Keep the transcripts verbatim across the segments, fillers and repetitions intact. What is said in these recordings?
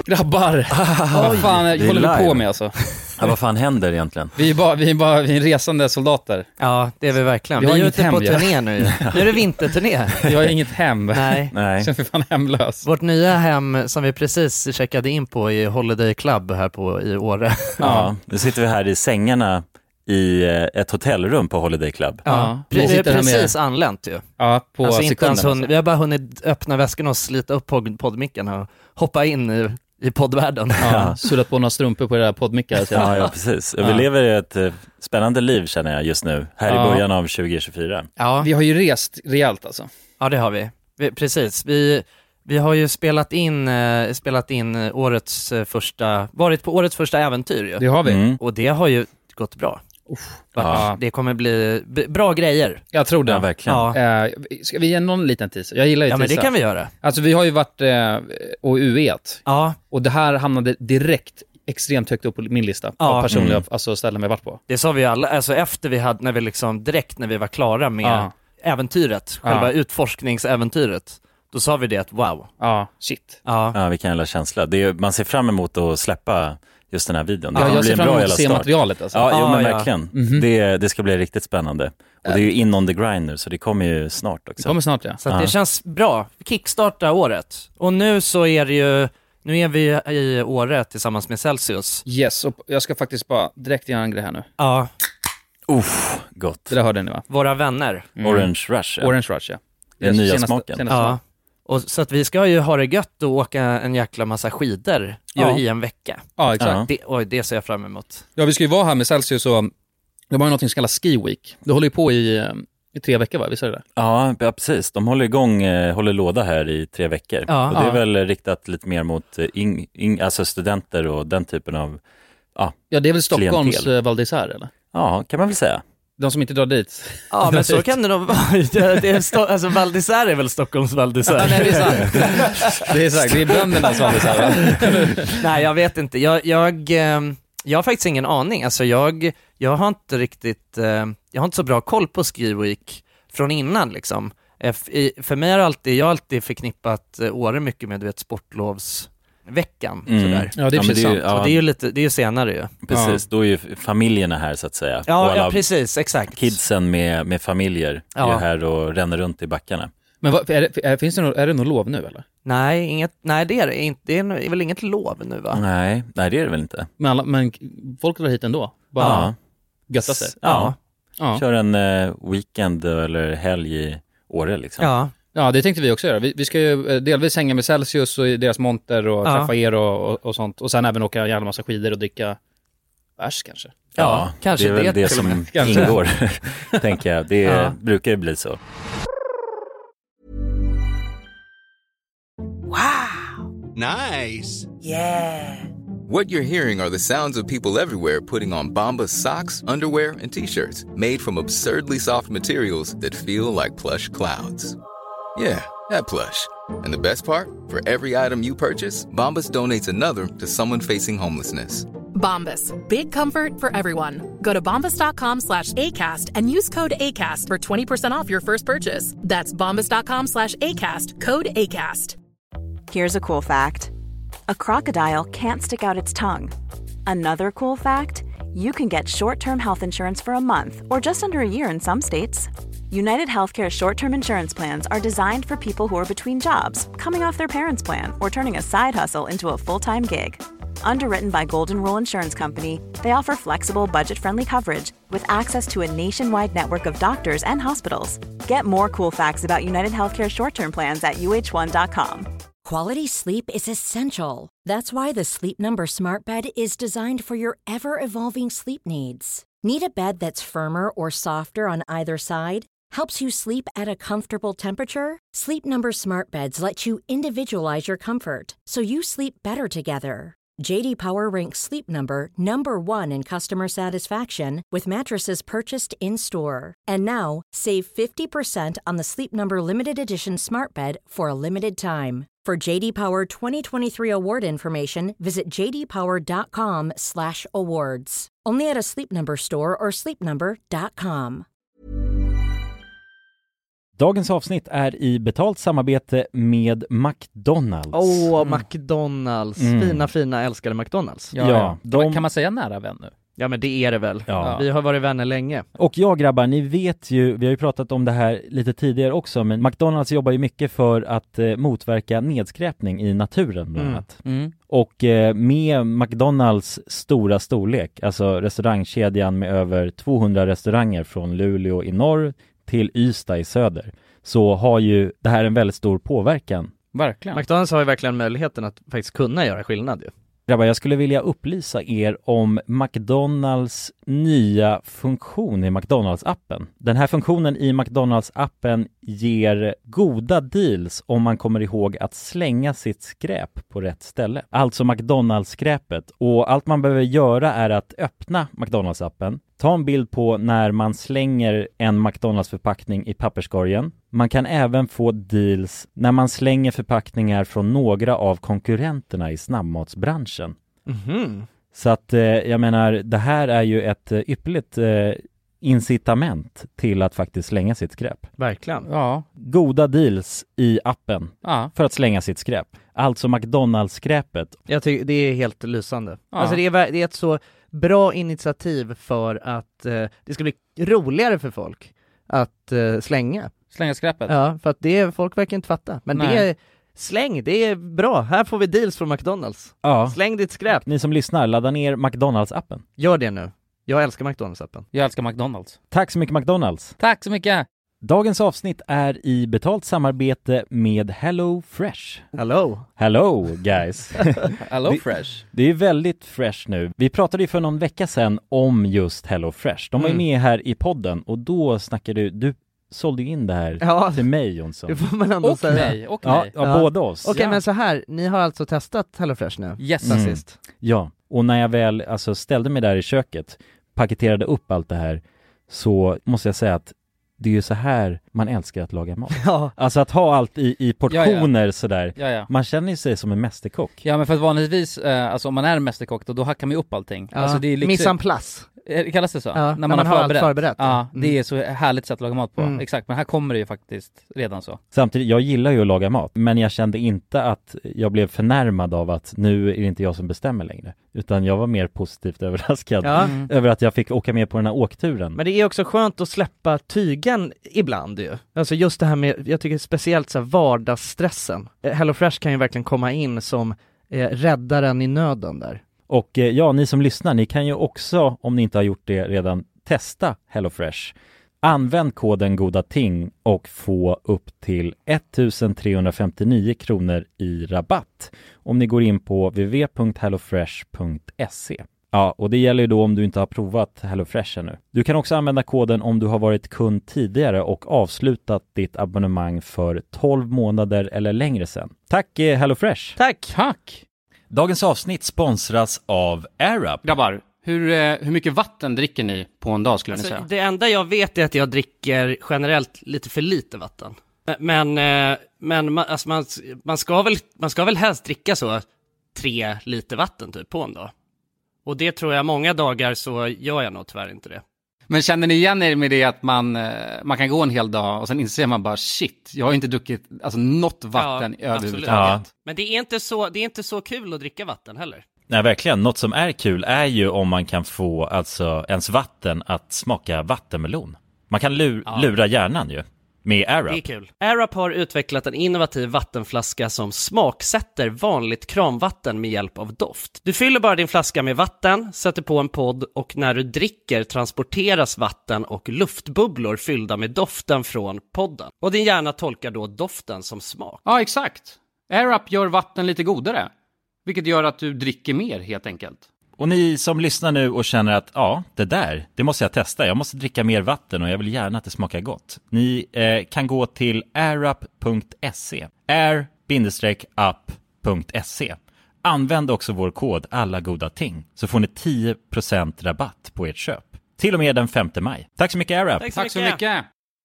Grabbar, vad fan vi är håller vi på live. med alltså? Ja, vad fan händer egentligen? Vi är bara, vi är bara vi är resande soldater. Ja, det är vi verkligen. Vi Vi, har är inget ute hem, på ja. turné nu. Nu är det vinterturné. Vi har inget hem. Nej. Nej. Känns vi fan hemlös. Vårt nya hem som vi precis checkade in på i Holiday Club här på i Åre. Ja, nu sitter vi här i sängarna i ett hotellrum på Holiday Club. Ja, Pre- vi det är sitter här med- precis anlänt ju. Ja, på Alltså inte ens sekunden. hun- vi har bara hunnit öppna väskan och slita upp pod- poddmicken och hoppa in i, i poddvärlden. Ja, suddat på några strumpor på det där poddmickar. Ja, ja, precis. Vi Ja. lever ett eh, spännande liv känner jag just nu, här Ja. i början av tjugo tjugofyra. Ja, Vi har ju rest rejält alltså. ja det har vi. vi precis. Vi, vi har ju spelat in, eh, spelat in eh, årets eh, första, varit på årets första äventyr ju. Det har vi. Mm. Och det har ju gått bra. Ja. Det kommer bli b- bra grejer. Jag tror det. Ja, verkligen. Ja, Eh, ska vi ge någon liten teaser? Jag gillar ju ja men det teaser. kan vi göra. Alltså vi har ju varit eh, och U E't. Ja, Och det här hamnade direkt extremt högt upp på min lista Ja. av personliga Mm. alltså, ställen vi varit på. det sa vi alla, alltså efter vi hade, när vi liksom, direkt när vi var klara med Ja. äventyret, själva Ja. utforskningsäventyret, då sa vi det att wow. Ja, shit. Ja, Ja, vilken jävla känsla. Det är, man ser fram emot att släppa just den här videon. Det Ja, kommer jag bli ser en fram bra emot jävla att se start. materialet alltså. Ja, jo, Ah, men ja. verkligen. Mhm. Det, det ska bli riktigt spännande. Och det är ju in on the grind nu, så det kommer ju snart Det också. kommer snart ja. så att Ja. det känns bra. Kickstarta året. Och nu så är det ju, nu är vi i Åre tillsammans med Celsius. Yes, och jag ska faktiskt bara direkt göra en grej här nu. Ja, Uff, gott. Det där hörde ni va? våra vänner. Mm. Orange Rush. Ja. Orange Rush ja. Den nya Senaste- smaken. senaste Ja. smaken. Och så att vi ska ju ha det gött och åka en jäkla massa skidor ju Ja. i en vecka. Ja, exakt. Ja. Det, oj, det ser jag fram emot. Ja, vi ska ju vara här med Celsius och de har ju något som kallas Ski Week. Det håller ju på i, eh, i tre veckor va? Visst är det där? Ja, ja, precis. De håller igång, eh, håller låda här i tre veckor. Ja. och det är Ja. väl riktat lite mer mot eh, in, in, alltså studenter och den typen av, Ja, det är väl Stockholms Klientel. eh, Val d'Isère eller? ja, kan man väl säga. De som inte drar dit. Ja, men så kan det nog vara. Det är sto- alltså Val d'Isère är väl Stockholms Val d'Isère? Ja, nej, det är sant. Det är sagt, det är böndernas Val d'Isère va? Nej, jag vet inte. Jag, jag, eh, jag har faktiskt ingen aning. Alltså jag, jag har inte riktigt, eh, jag har inte så bra koll på Ski Week från innan liksom. Eh, f- i- För mig har alltid, jag har alltid förknippat eh, Åre mycket med, du vet, sportlovsveckan. Mm. Sådär. Ja, det är Ja, men precis det är ju- sant. ja. Och det är ju lite, det är ju senare ju. Precis, då är ju familjerna här så att säga. och Ja, alla ja precis, exakt. kidsen med, med familjer Ja. är här och ränner runt i backarna. Men vad, är, det, är, finns det något, är det något lov nu eller? Nej, inget, nej det är det inte. Det är, är väl inget lov nu va? Nej, nej det är det väl inte. Men, alla, men folk drar hit ändå? Bara Ja. götta sig? Ja. Ja. Kör en eh, weekend eller helg i Åre liksom. Ja, Ja, det tänkte vi också göra. Vi, vi ska ju eh, delvis hänga med Celsius och i deras monter och Ja. träffa er och, och, och sånt. Och sen även åka en jävla massa skidor och dricka bärs kanske. ja, kanske det är väl det det, till och med. som Kanske. ingår, tänker jag. Det Ja. brukar ju bli så. Nice. Yeah. What you're hearing are the sounds of people everywhere putting on Bombas socks, underwear, and t-shirts made from absurdly soft materials that feel like plush clouds. Yeah, that plush. And the best part? For every item you purchase, Bombas donates another to someone facing homelessness. Bombas. Big comfort for everyone. Go to bombas.com slash ACAST and use code ACAST for twenty percent off your first purchase. That's bombas.com slash ACAST. Code ACAST. Here's a cool fact. A crocodile can't stick out its tongue. Another cool fact, you can get short-term health insurance for a month or just under a year in some states. United Healthcare short-term insurance plans are designed for people who are between jobs, coming off their parents' plan, or turning a side hustle into a full-time gig. Underwritten by Golden Rule Insurance Company, they offer flexible, budget-friendly coverage with access to a nationwide network of doctors and hospitals. Get more cool facts about United Healthcare short-term plans at U H one dot com. Quality sleep is essential. That's why the Sleep Number Smart Bed is designed for your ever-evolving sleep needs. Need a bed that's firmer or softer on either side? Helps you sleep at a comfortable temperature? Sleep Number Smart Beds let you individualize your comfort so you sleep better together. J D Power ranks Sleep Number number one in customer satisfaction with mattresses purchased in-store. And now, save fifty percent on the Sleep Number Limited Edition Smart Bed for a limited time. For J D Power twenty twenty-three award information, visit j d power dot com slash awards. Only at a Sleep Number store or sleep number dot com. Dagens avsnitt är i betalt samarbete med McDonalds. Åh, oh, mm. McDonalds. Mm. Fina, fina, älskade McDonalds. Ja, ja. De... Kan man säga nära vän nu? Ja, men det är det väl. Ja. Vi har varit vänner länge. Och ja, grabbar, ni vet ju, vi har ju pratat om det här lite tidigare också, men McDonalds jobbar ju mycket för att eh, motverka nedskräpning i naturen bland annat. Mm. Mm. Och eh, med McDonalds stora storlek, alltså restaurangkedjan med över tvåhundra restauranger från Luleå i norr till Ystad i söder, så har ju det här en väldigt stor påverkan. Verkligen. McDonalds har ju verkligen möjligheten att faktiskt kunna göra skillnad ju. Grabbar, jag skulle vilja upplysa er om McDonalds nya funktion i McDonalds-appen. Den här funktionen i McDonalds-appen ger goda deals om man kommer ihåg att slänga sitt skräp på rätt ställe. Alltså McDonalds-skräpet. Och allt man behöver göra är att öppna McDonalds-appen, ta en bild på när man slänger en McDonalds-förpackning i papperskorgen. Man kan även få deals när man slänger förpackningar från några av konkurrenterna i snabbmatsbranschen. Mm-hmm. Så att eh, jag menar, det här är ju ett eh, ypperligt eh, incitament till att faktiskt slänga sitt skräp. Verkligen. Ja. Goda deals i appen ja. För att slänga sitt skräp. Alltså McDonalds-skräpet. Jag tycker det är helt lysande. Ja. Alltså det är, det är ett så bra initiativ för att eh, det ska bli roligare för folk att eh, slänga. Slänga skräpet? Ja, för att det folk verkar inte fatta. Men Nej. det är släng, det är bra. Här får vi deals från McDonalds. Ja. Släng ditt skräp. Ni som lyssnar, ladda ner McDonalds-appen. Gör det nu. Jag älskar McDonalds-appen. Jag älskar McDonalds. Tack så mycket McDonalds. Tack så mycket. Dagens avsnitt är i betalt samarbete med Hello Fresh. Hello. Hello guys. Hello det, Fresh. Det är väldigt fresh nu. Vi pratade ju för någon vecka sedan om just Hello Fresh. De var mm. med här i podden och då snackade du, du sålde in det här ja. till mig, Jonsson. Det får man ändå och säga. Mig, och ja, mig. Ja, ja, båda oss. Okej, okay, ja. men så här, ni har alltså testat Hello Fresh nu? Yes. Mm. Sist. Ja, och när jag väl alltså, ställde mig där i köket, paketerade upp allt det här, så måste jag säga att det är ju så här man älskar att laga mat. Ja. Alltså att ha allt i, i portioner ja, ja. sådär. Ja, ja. Man känner sig som en mästerkock. Ja, men för att vanligtvis, eh, alltså om man är en mästerkock då, då hackar man ju upp allting. Ja. Alltså det är liksom... Mise en place. Kallas det så? Ja, när, när man, man har har förberett. allt förberett. Ja, mm. det är så härligt sätt att laga mat på. Mm. Exakt, men här kommer det ju faktiskt redan så. Samtidigt, jag gillar ju att laga mat, men jag kände inte att jag blev förnärmad av att nu är det inte jag som bestämmer längre. Utan jag var mer positivt överraskad ja. mm. över att jag fick åka med på den här åkturen. Men det är också skönt att släppa tygen ibland ju. Alltså just det här med, jag tycker speciellt så här vardagsstressen. Hello Fresh kan ju verkligen komma in som eh, räddaren i nöden där. Och eh, ja, ni som lyssnar, ni kan ju också, om ni inte har gjort det redan, testa Hello Fresh. Använd koden GODATING och få upp till ettusentrehundrafemtionio kronor i rabatt om ni går in på w w w punkt hello fresh punkt se. Ja, och det gäller ju då om du inte har provat Hello Fresh ännu. Du kan också använda koden om du har varit kund tidigare och avslutat ditt abonnemang för tolv månader eller längre sedan. Tack eh, Hello Fresh! Tack! Tack! Dagens avsnitt sponsras av AirUp. Grabbar, hur, eh, hur mycket vatten dricker ni på en dag skulle alltså, ni säga? Det enda jag vet är att jag dricker generellt lite för lite vatten. Men, eh, men man, alltså man, man, ska väl, man ska väl helst dricka så tre liter vatten typ på en dag. Och det tror jag många dagar så gör jag nog tyvärr inte det. Men känner ni igen er med det att man, man kan gå en hel dag och sen inser man bara shit, jag har inte druckit alltså, något vatten ja, överhuvudtaget. Ja. Men det är, inte så, det är inte så kul att dricka vatten heller. Nej, verkligen. Något som är kul är ju om man kan få alltså, ens vatten att smaka vattenmelon. Man kan lur, ja. lura hjärnan ju. Med AirUp. Det är kul. AirUp har utvecklat en innovativ vattenflaska som smaksätter vanligt kranvatten med hjälp av doft. Du fyller bara din flaska med vatten, sätter på en podd och när du dricker transporteras vatten och luftbubblor fyllda med doften från podden. Och din hjärna tolkar då doften som smak. Ja, exakt. AirUp gör vatten lite godare, vilket gör att du dricker mer helt enkelt. Och ni som lyssnar nu och känner att ja, det där, det måste jag testa. Jag måste dricka mer vatten och jag vill gärna att det smakar gott. Ni eh, kan gå till airup punkt se. air up punkt se. Använd också vår kod alla goda ting så får ni tio procent rabatt på ert köp. Till och med den femte maj. Tack så mycket AirUp. Tack så, Tack så mycket. mycket.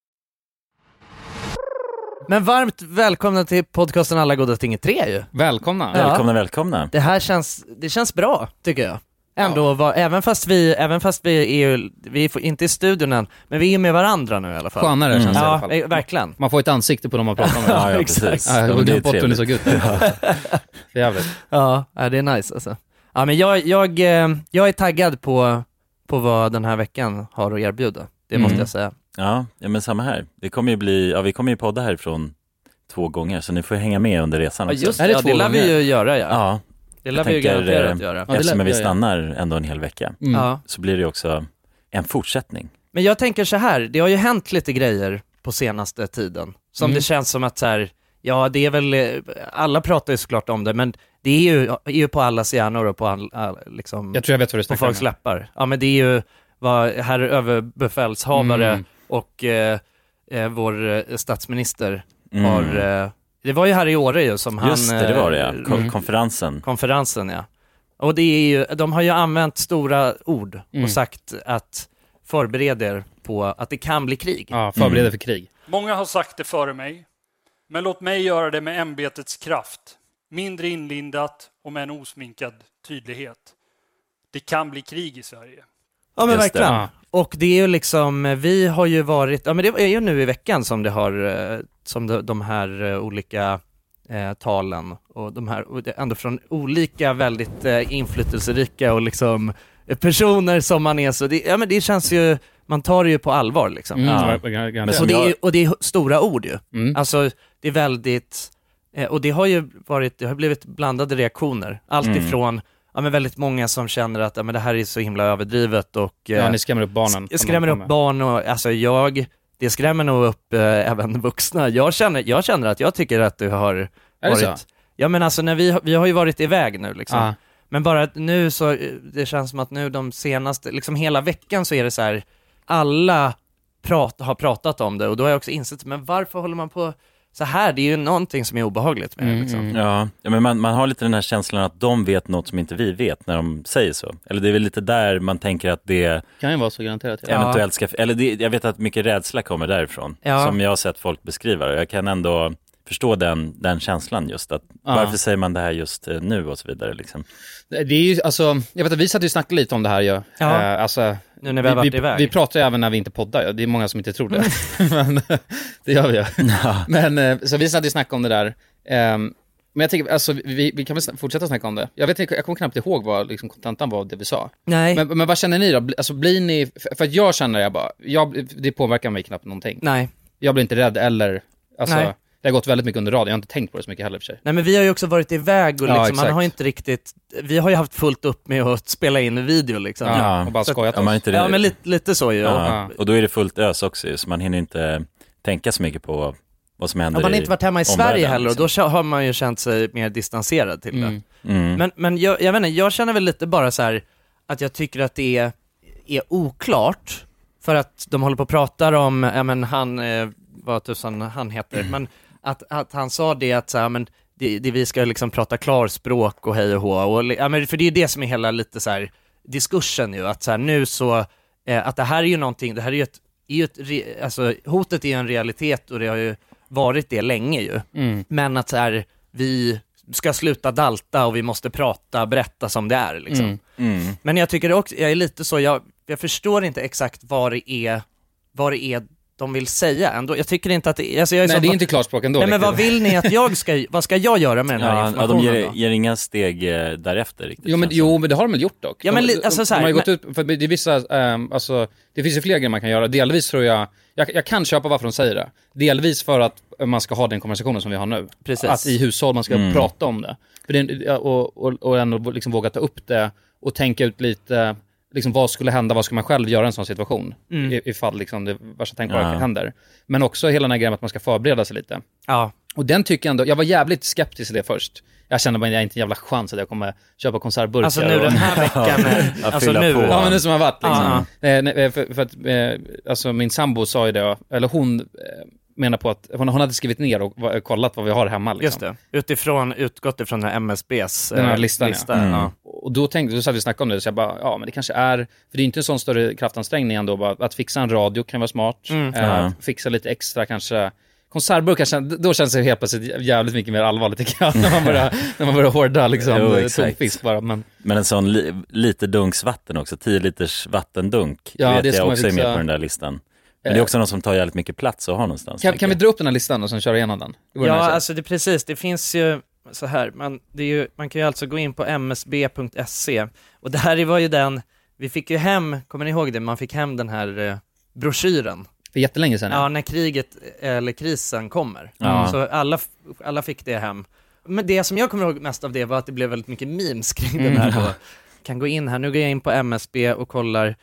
Men varmt välkomna till podcasten Alla goda ting i tre ju. Välkomna. Ja. Välkomna, välkomna. Det här känns, det känns bra, tycker jag. Ändå, var, även fast vi, även fast vi är ju, vi är inte i studion än, men vi är med varandra nu i alla fall. Skönare känns det i alla fall. Ja, verkligen. Man får ett ansikte på dem man pratar med. Ja, ja, precis. Ja, jag har glömt bort hur det såg ut. Det är jävligt. Ja, det är nice alltså. Ja, men jag, jag, jag är taggad på, på vad den här veckan har att erbjuda. Det måste Mm. jag säga. Ja, ja, men samma här. Det kommer ju bli, ja, vi kommer ju podda härifrån två gånger, så ni får hänga med under resan Ja, också. just Är det, det ja, två det lär vi gånger? ju göra, ja. Ja, det lär jag vi ju tänker, garanterat eh, göra. Ja, det eftersom lär- vi ja, ja. stannar ändå en hel vecka, Mm. Ja. så blir det ju också en fortsättning. Men jag tänker så här, det har ju hänt lite grejer på senaste tiden. Som Mm. det känns som att så här, ja det är väl, eh, alla pratar ju såklart om det, men det är ju, är ju på allas hjärnor och på all, all, liksom, Jag tror jag vet vad du på snackar folks om. läppar. Ja men det är ju vad herr överbefälshavare Mm. och eh, eh, vår eh, statsminister Mm. har, eh, det var ju här i Åre ju som han... Just det, det var det ja. eh, Kon- konferensen. konferensen, ja. Och det är ju, de har ju använt stora ord Mm. och sagt att förbered er på att det kan bli krig. Ja, förbereda för krig. Många har sagt det före mig, men låt mig göra det med ämbetets kraft. Mindre inlindat och med en osminkad tydlighet. Det kan bli krig i Sverige. Ja men Just det. verkligen. Ja. Och det är ju liksom, vi har ju varit, ja men det är ju nu i veckan som det har, eh, som de, de här eh, olika eh, talen och de här, och det är ändå från olika väldigt eh, inflytelserika och liksom eh, personer som man är så, det, ja men det känns ju, man tar det ju på allvar liksom. Mm. Ja. Ja. Men Och som det, är, jag- ju- och det är stora ord ju. Mm. Alltså det är väldigt, eh, och det har ju varit, det har blivit blandade reaktioner. Allt Mm. ifrån, ja men väldigt många som känner att ja, men det här är så himla överdrivet och eh, Ja, ni skrämmer upp barnen. jag skrämmer upp barn och alltså jag, det skrämmer nog upp eh, även vuxna. Jag känner, jag känner att jag tycker att du har Är det varit, så? ja men alltså när vi, har- vi har ju varit iväg nu liksom. Ja. Men bara att nu så, eh, det känns som att nu de senaste, liksom hela veckan så är det så här, alla prat, har pratat om det och då har jag också insett, men varför håller man på så här? Det är ju någonting som är obehagligt med det Mm, liksom. mm. Ja, ja men man, man har lite den här känslan att de vet något som inte vi vet när de säger så. Eller det är väl lite där man tänker att det Kan ju vara så garanterat. Ja. Ja. eventuellt ska... Eller det, jag vet att mycket rädsla kommer därifrån. Ja. Som jag har sett folk beskriva. Och jag kan ändå förstå den, den känslan just. Att Ja. varför säger man det här just eh, nu och så vidare liksom. Det är ju, alltså, jag vet att vi satt ju och snackade lite om det här ju. Ja. Eh, alltså, Nu när vi har varit vi, iväg. vi pratar ju även när vi inte poddar, ja. Det är många som inte tror det. Men det gör vi ju. Men, eh, så vi satt ju och snackade om det där. Ehm, men jag tänker, alltså, vi, vi kan väl sn- fortsätta snacka om det. Jag vet inte, jag kommer knappt ihåg vad liksom, kontentan var av det vi sa. Nej, Men, men vad känner ni då? Bli- Alltså blir ni, för, för att jag känner jag bara, jag, det påverkar mig knappt någonting. nej. Jag blir inte rädd eller, alltså, Nej. det har gått väldigt mycket under radion, jag har inte tänkt på det så mycket heller för sig. Nej men vi har ju också varit iväg och Ja, liksom, man exakt. har ju inte riktigt, vi har ju haft fullt upp med att spela in video liksom. Ja, och bara Så att- skojat Ja, man är oss. inte det. Ja men lite, lite så ju. Ja. Ja. Och då är det fullt ös också ju, så man hinner inte tänka så mycket på vad som händer Och man har i inte varit hemma i omvärlden, Sverige heller och liksom. då har man ju känt sig mer distanserad till det. Mm. Mm. Men, men jag, jag vet inte, jag känner väl lite bara så här att jag tycker att det är, är oklart för att de håller på och pratar om, ja men han, eh, vad tusan han heter, men att, att han sa det att så här, men det, det vi ska liksom prata klarspråk och hej och hå, och, ja, men för det är ju det som är hela lite så här diskursen ju, att så här, nu så, eh, att det här är ju någonting, det här är ju ett, är ju ett re, alltså hotet är ju en realitet och det har ju varit det länge ju, Mm. men att så här, vi ska sluta dalta och vi måste prata, berätta som det är liksom. Mm. Mm. Men jag tycker också, jag är lite så, jag, jag förstår inte exakt vad det är, vad det är de vill säga ändå. Jag tycker inte att det, alltså jag är Nej, så, det är vad- inte klarspråk ändå. Nej men vad riktigt. vill ni att jag ska, vad ska jag göra med den här Ja, ja, informationen de ger, då? ger inga steg eh, därefter riktigt. Jo men, känns jo men det har de väl gjort dock. Ja, men de, li- alltså de, så här, de har ju men- gått ut, för det är vissa, ehm, alltså, det finns ju fler grejer man kan göra. Delvis tror jag, jag, jag kan köpa varför de säger det. Delvis för att man ska ha den konversationen som vi har nu. Precis. Att i hushåll man ska Mm. prata om det. För det och, och, och ändå liksom våga ta upp det och tänka ut lite, liksom vad skulle hända, vad ska man själv göra i en sån situation? Mm. I, ifall liksom det värsta tänkbara Ja. händer. Men också hela den här grejen att man ska förbereda sig lite. Ja. Och den tycker jag ändå, jag var jävligt skeptisk till det först. Jag kände bara, jag har inte en jävla chans att jag kommer köpa konservburkar. Alltså nu och... den här veckan, Ja, alltså fylla nu. på. Ja men det som har varit liksom. Ja, Eh, nej, för, för att, eh, alltså min sambo sa ju det, eller hon eh, menar på att hon, hon hade skrivit ner och va- kollat vad vi har hemma liksom. Just det, utifrån, utgått ifrån den här M S B:s Den här eh, listan, ja. lista. Mm. Ja. Och då tänkte, då satt vi och snackade om det, så jag bara, ja men det kanske är, för det är inte en sån större kraftansträngning ändå, bara att fixa en radio kan vara smart, Mm. eh, Ja. att fixa lite extra kanske konservburkar, då känns det helt plötsligt jävligt mycket mer allvarligt tycker jag, när man börjar, när man börjar hårda liksom, jo, tonfisk bara. Men... men en sån li, lite dunksvatten också, tio liters vattendunk, ja, vet det jag också fixa... är med på den där listan. Men det är också något som tar jävligt mycket plats att ha någonstans. Kan, kan vi dra upp den här listan och sen köra igenom den? Ja, alltså det precis, det finns ju så här, man, det är ju, man kan ju alltså gå in på m s b punkt s e och det här var ju den, vi fick ju hem, kommer ni ihåg det, man fick hem den här eh, broschyren. För jättelänge sedan. Ja, ja när kriget eller krisen kommer. Mm. Så alla, alla fick det hem. Men det som jag kommer ihåg mest av det var att det blev väldigt mycket memes kring mm. den här då. Kan gå in här, nu går jag in på M S B och kollar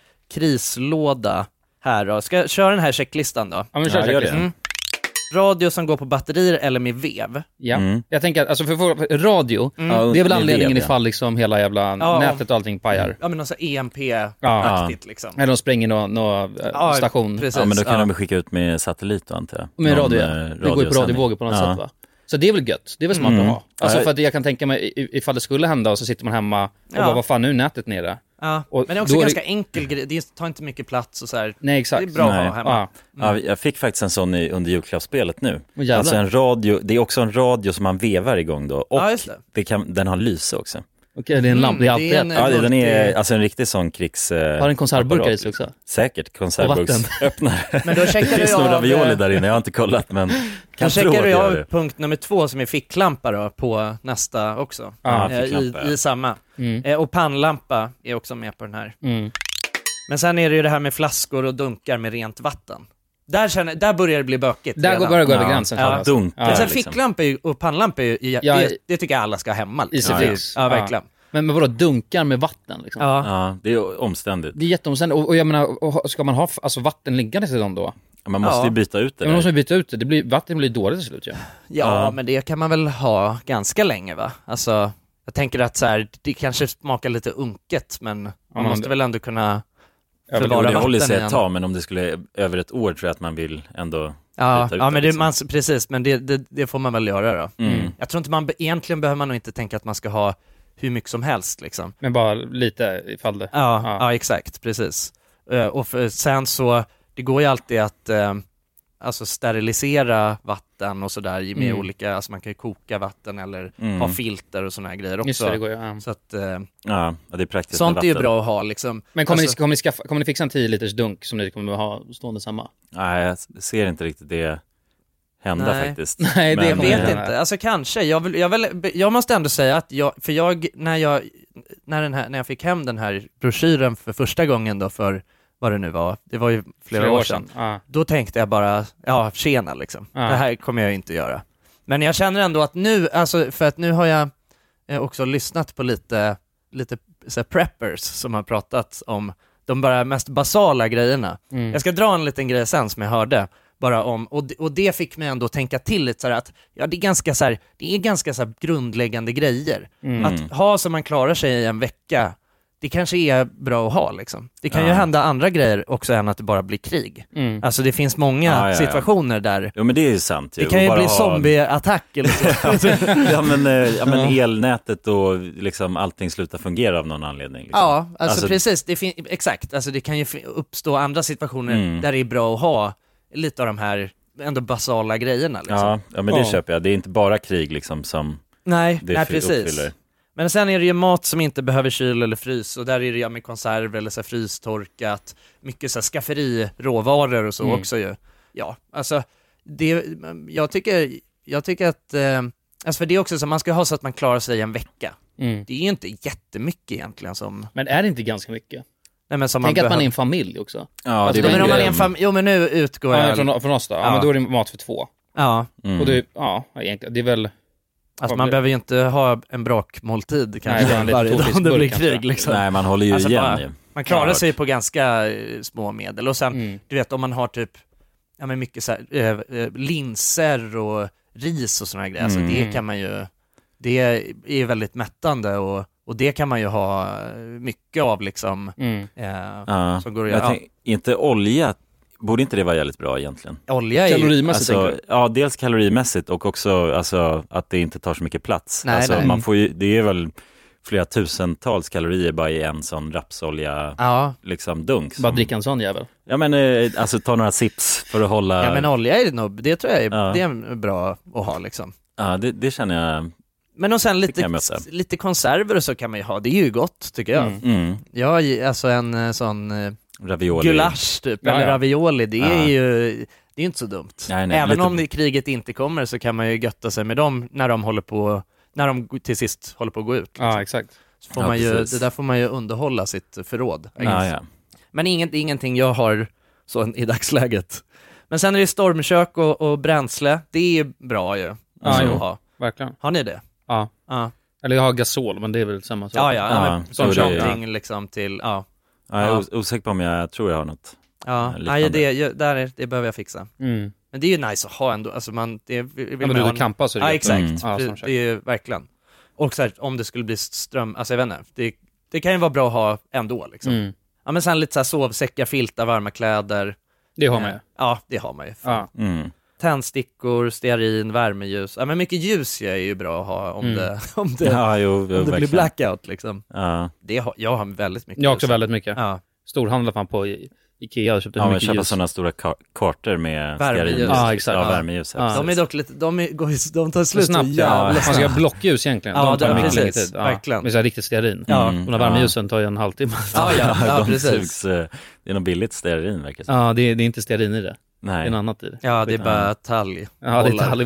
krislåda här då. Ska jag köra den här checklistan då? Ja, men kör ja, gör det. Mm. Radio som går på batterier eller med vev. Ja, mm. jag tänker att alltså för, för radio, mm. det är väl anledningen vev, ifall liksom hela jävla ja. nätet och allting pajar. Ja, men alltså E M P-aktigt ja. liksom. Eller de spränger någon nå, ja, station. Precis. Ja, men då kan ja. de skicka ut med satellit då, antar jag. Med radio, ja. Det går ju på radiovågor på något ja. sätt va? Så det är väl gött, det är väl smart mm. att ha. Alltså för att jag kan tänka mig, ifall det skulle hända och så sitter man hemma och ja. bara, vad fan nu är nätet nere? Ja, och men det är också ganska det... enkel grej, det tar inte mycket plats och så här. Nej, exakt. Det är bra Nej. att ha hemma. Ja. Mm. Ja, jag fick faktiskt en sån i, under julklappsspelet nu. Oh, alltså en radio, det är också en radio som man vevar igång då. Och ja, det. Det kan, den har lyse också. Okej, det är en lamp, mm, det är alltid en, ja, det, den är alltså en riktig sån krigs... Eh, har en konservburkar i sig också? Säkert, konservburksöppnare. Men då checkar det du står av... ravioli där inne, jag har inte kollat, men... Då checkar du av punkt nummer två som är ficklampa då, på nästa också. Ah, eh, i, I samma. Mm. Eh, och pannlampa är också med på den här. Mm. Men sen är det ju det här med flaskor och dunkar med rent vatten. Där, känner, där börjar det bli bökigt. Där går, börjar gå över gränsen. Ja. Dunkar, men sen liksom. ficklampa och pannlampa, är ju, ja, det, det tycker jag alla ska ha hemma. Liksom. Ja, ja. ja, verkligen. Ja. Men, men vadå, dunkar med vatten liksom? Ja, ja det är omständigt. Det är jätteomständigt. Och, och jag menar, och, ska man ha alltså, vatten liggande till dem då? Man måste ja. ju byta ut det. Man måste ju byta ut det. det blir, vatten blir dåligt till slut, ja. Ja, ja, men det kan man väl ha ganska länge, va? Alltså, jag tänker att så här, det kanske smakar lite unket, men man ja, måste det. väl ändå kunna förvara ja, vatten. Det håller sig ett tag, men om det skulle över ett år tror jag att man vill ändå ja, byta ut ja, det. Men det, liksom. man, precis, men det, det, det får man väl göra då. Mm. Jag tror inte man, egentligen behöver man nog inte tänka att man ska ha hur mycket som helst liksom. Men bara lite ifall det. Ja, ja. ja exakt, precis. Uh, och för, sen så, det går ju alltid att uh, alltså sterilisera vatten och sådär med mm. olika, alltså man kan ju koka vatten eller mm. ha filter och såna här grejer också. Just det, det går ju, ja. Så att, uh, ja, det är praktiskt. Sånt är ju bra att ha liksom. Men kommer, alltså, ni, kommer, ni, skaffa, kommer ni fixa en tio liters dunk som ni kommer ha stående samma? Nej, jag ser inte riktigt det hända Nej. faktiskt. Nej, det men, vet inte. Alltså kanske. Jag, vill, jag, vill, jag måste ändå säga att jag, för jag när jag när den här när jag fick hem den här broschyren för första gången då för vad det nu var. Det var ju flera, flera år sedan. sedan. Ah. Då tänkte jag bara ja, tjena liksom. Ah. Det här kommer jag inte göra. Men jag känner ändå att nu alltså för att nu har jag också lyssnat på lite lite så här preppers som har pratat om de bara mest basala grejerna. Mm. Jag ska dra en liten grej sen som jag hörde bara om, och det, och det fick mig ändå tänka till lite så här att ja, det är ganska så här, det är ganska så här grundläggande grejer. Mm. Att ha så man klarar sig i en vecka, det kanske är bra att ha liksom. Det kan ja. ju hända andra grejer också än att det bara blir krig. Mm. Alltså det finns många ja, ja, ja. situationer där. Jo men det är ju sant. Det kan ju bli ha... zombieattack eller så. ja men, ja, men elnätet och liksom allting slutar fungera av någon anledning. Liksom. Ja, alltså, alltså precis. Det fin- exakt. Alltså det kan ju uppstå andra situationer mm. där det är bra att ha lite av de här ändå basala grejerna liksom. Ja, ja men det ja. köper jag. Det är inte bara krig liksom som nej, det nej precis. uppfyller. Men sen är det ju mat som inte behöver kyl eller frys, och där är det ju med konserver eller så här frystorkat, mycket så här skafferi, råvaror och så mm. också ju. Ja, alltså det, jag tycker jag tycker att eh, alltså för det är också så man ska ha så att man klarar sig en vecka. Mm. Det är ju inte jättemycket egentligen som. Men är det inte ganska mycket? Nej, men som tänk man att behöv... man är en familj också. Ja, alltså, det är men om man är en familj, jo men nu utgår ja, jag från, från oss då. Ja. Ja, men då är det mat för två. Ja. Mm. Och det ja, egentligen det är väl alltså man behöver ju inte ha en brakmåltid kanske nej, varje dag om det blir krig liksom. Nej, man håller ju alltså igen bara, man klarar ja, sig på ganska uh, små medel. Och sen, mm. du vet, om man har typ ja, men mycket så här, uh, uh, linser och ris och såna här grejer, mm. alltså det kan man ju, det är väldigt mättande och, och det kan man ju ha mycket av liksom. Mm. Uh, ja. Som går att, ja. tänk, inte olja, borde inte det vara jävligt bra egentligen? Olja är kalorimässigt alltså, ja, dels kalorimässigt och också alltså, att det inte tar så mycket plats. Nej, alltså, nej. Man får ju, det är väl flera tusentals kalorier bara i en sån rapsolja Ja. liksom dunk. Bara dricka en sån jävel. Ja men eh, alltså ta några sips för att hålla... Ja men olja är det nog, det tror jag är, Ja. det är bra att ha liksom. Ja det, det känner jag. Men och sen kan lite, jag möta. lite konserver och så kan man ju ha, det är ju gott tycker jag. Mm. Mm. Ja, alltså en eh, sån eh, Ravioli. gulasch typ, Ja, eller ja. ravioli, det är Ja. ju, det är inte så dumt. Nej, nej, Även lite- om kriget inte kommer så kan man ju götta sig med dem när de håller på, när de till sist håller på att gå ut. Liksom. Ja, exakt. Så får Ja, man ju, precis. det där får man ju underhålla sitt förråd. I Ja, guess. ja. Men inget, ingenting jag har så i dagsläget. Men sen är det stormkök och, och bränsle, det är bra ju. Alltså, jo. att ha. Verkligen. Har ni det? Ja. Ja, Eller jag har gasol, men det är väl samma sak. ja, ja, ja Ja, men, så som det är- någonting liksom till, ja. Ja, jag är os- osäker på om jag tror jag har något. Ja, liknande. nej, det, jag- där är, det behöver jag fixa. Mm. Men det är ju nice att ha ändå, alltså man, det vill Ja, man men du ha vill en- campa så är det Ja, gött. exakt. Mm. Ja, det, som sagt. det är ju verkligen. Och så här, om det skulle bli ström, alltså jag vet inte, det, det kan ju vara bra att ha ändå liksom. Mm. Ja men sen lite så här sovsäckar, filtar, varma kläder. Det har man ju. Eh, Ja, det har man ju. Ja. Mm. Tändstickor, stearin, värmeljus. Ja men mycket ljus är ju bra att ha om Mm. det, om det, Ja, jo, jo, om det blir verkligen. blackout liksom. Ja, Det har, jag har väldigt mycket Jag har också ljus. väldigt mycket. Ja. Storhandlar fan på I- Ikea och köpte ja hur men mycket köpa ljus. sådana stora ka- kartor med Värmeljus. stearinljus. Ja, exakt. Ja, Ja. värmeljus. Ja. De är dock lite, de, är, går, ju- de tar Så slut så snabbt, ja. jävla Man ska snabbt. ha blockljus egentligen. Ja, De tar det- mycket längre precis. tid. Ja. Verkligen. Med så här riktigt stearin. Ja. Mm. De här värmeljusen tar ju en halvtimme. Ja, ja, ja de precis. sugs, eh, det är något billigt stearin verkar det som. Ja, det är, det är inte stearin i det. Det är Nej. något annat i det. Ja, det är bara talg. Ja, det är Bollar. talg.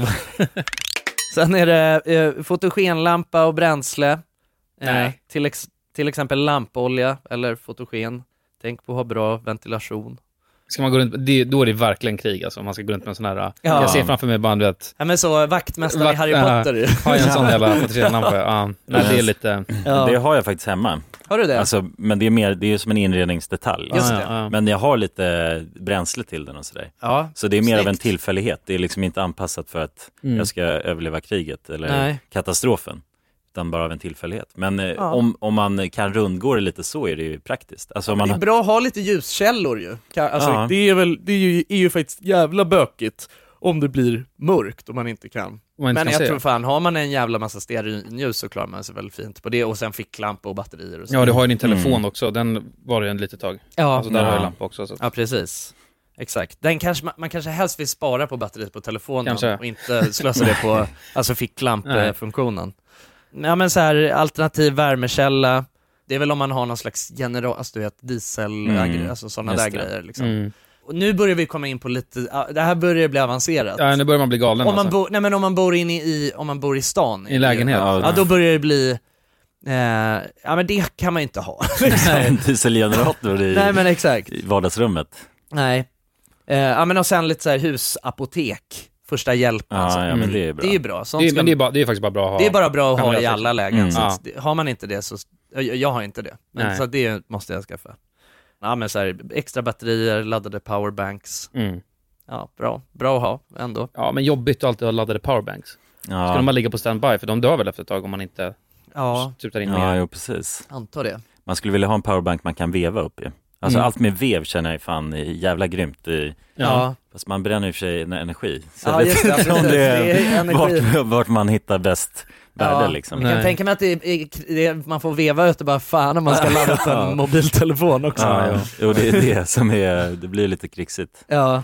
Sen är det eh, fotogenlampa och bränsle. Eh, Nej. till, ex, till exempel lampolja eller fotogen. Tänk på att ha bra ventilation. Ska man gå runt, det, då är det verkligen krig alltså, om man ska gå runt med en sån här, Ja. jag ser framför mig bara, du vet, Ja men så vaktmästaren i Vakt- Harry ja. Potter. har jag en sån jävla fotogenlampa, ja, nej det är lite, Ja. Det har jag faktiskt hemma. Har du det? Alltså, men det är mer, det är ju som en inredningsdetalj. Just ja, det. ja, ja. Men jag har lite bränsle till den och sådär. Ja. Så det är mer av en Snyggt. tillfällighet. Det är liksom inte anpassat för att Mm. jag ska överleva kriget eller Nej. katastrofen. Utan bara av en tillfällighet. Men eh, Ja. om, om man kan rundgå det lite så är det ju praktiskt. Alltså om man Det är har... bra att ha lite ljuskällor ju. Ka- Alltså, Ja. det är väl, det är ju, är ju faktiskt jävla bökigt om det blir mörkt och man inte kan. om man inte Men kan jag se. tror fan, har man en jävla massa stearinljus så klarar man sig väl fint på det. Och sen ficklampa och batterier och så. Ja, du har ju din telefon Mm. också, den var det en litet tag. Ja, Alltså där har Ja. jag lampa också. Så. ja precis. Exakt. Den kanske, man, man kanske helst vill spara på batteriet på telefonen Kanske. och inte slösa det på alltså ficklampfunktionen. Ja men så här, alternativ värmekälla. Det är väl om man har någon slags general, alltså du vet, diesel, Mm, alltså sådana just där det. grejer liksom. Mm. Och nu börjar vi komma in på lite, ja, det här börjar bli avancerat. Ja, nu börjar man bli galen om man alltså. bor, nej men om man bor inne i, om man bor i stan. I lägenhet. Ja, Ja, då börjar det bli, eh, ja men det kan man inte ha. en dieselgenerator i, Nej men exakt. i vardagsrummet. Nej. Eh, ja men och sen lite så här husapotek, första hjälp Ja, alltså. ja men det är bra. Det är ju bra. Sånt Det är, ska, men det är, bara, det är faktiskt bara bra att ha. det är bara bra att ha i generellt. alla lägen. Mm. Så Ja. att, det- har man inte det så, jag, jag har inte det. Men Nej. så att det måste jag skaffa. Ja men så här, extra batterier, laddade powerbanks. Mm. Ja, bra. Bra att ha ändå. Ja, men jobbigt att alltid ha laddade powerbanks. Ska Ja, de bara ligga på standby, för de dör väl efter ett tag om man inte Ja, tutar in ja mer. jo, precis. antar det. Man skulle vilja ha en powerbank man kan veva upp ju. Alltså Mm. allt med vev känner jag fan är jävla grymt. I, Ja. fast man bränner i och för sig en- energi. Så Ja, jag vet just det, inte om precis. det Det är är energi. vart, vart man hittar bäst värde Ja. liksom. Jag kan Nej. tänka mig att det är, det är, man får veva ut det bara fan om man ska ladda upp en mobiltelefon också. Ja, ja. jo, det är det som är, det blir lite krixigt. Ja.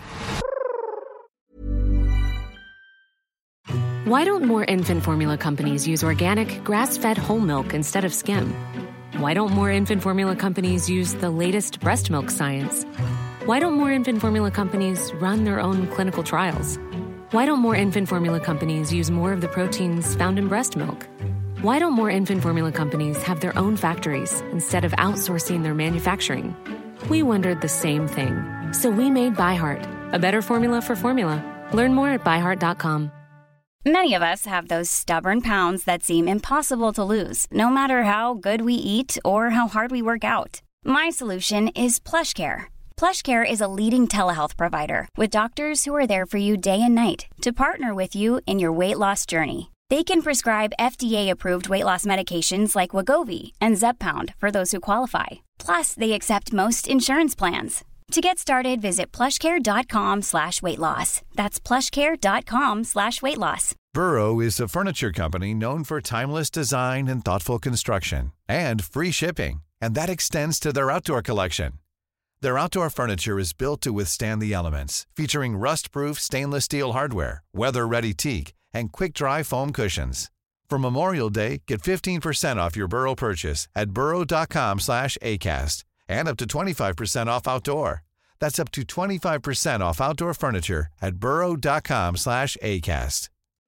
Why don't more infant formula companies use organic, grass-fed whole milk instead of skim? Why don't more infant formula companies use the latest breast milk science? Why don't more infant formula companies run their own clinical trials? Why don't more infant formula companies use more of the proteins found in breast milk? Why don't more infant formula companies have their own factories instead of outsourcing their manufacturing? We wondered the same thing. So we made ByHeart, a better formula for formula. Learn more at by heart dot com. Many of us have those stubborn pounds that seem impossible to lose, no matter how good we eat or how hard we work out. My solution is PlushCare. PlushCare is a leading telehealth provider with doctors who are there for you day and night to partner with you in your weight loss journey. They can prescribe F D A-approved weight loss medications like Wegovy and Zepbound for those who qualify. Plus, they accept most insurance plans. To get started, visit plushcare.com slash weight loss. That's plushcare.com slash weight loss. Burrow is a furniture company known for timeless design and thoughtful construction, and free shipping, and that extends to their outdoor collection. Their outdoor furniture is built to withstand the elements, featuring rust-proof stainless steel hardware, weather-ready teak, and quick-dry foam cushions. For Memorial Day, get fifteen percent off your Burrow purchase at burrow.com slash ACAST and up to twenty-five percent off outdoor. That's up to twenty-five percent off outdoor furniture at burrow.com slash ACAST.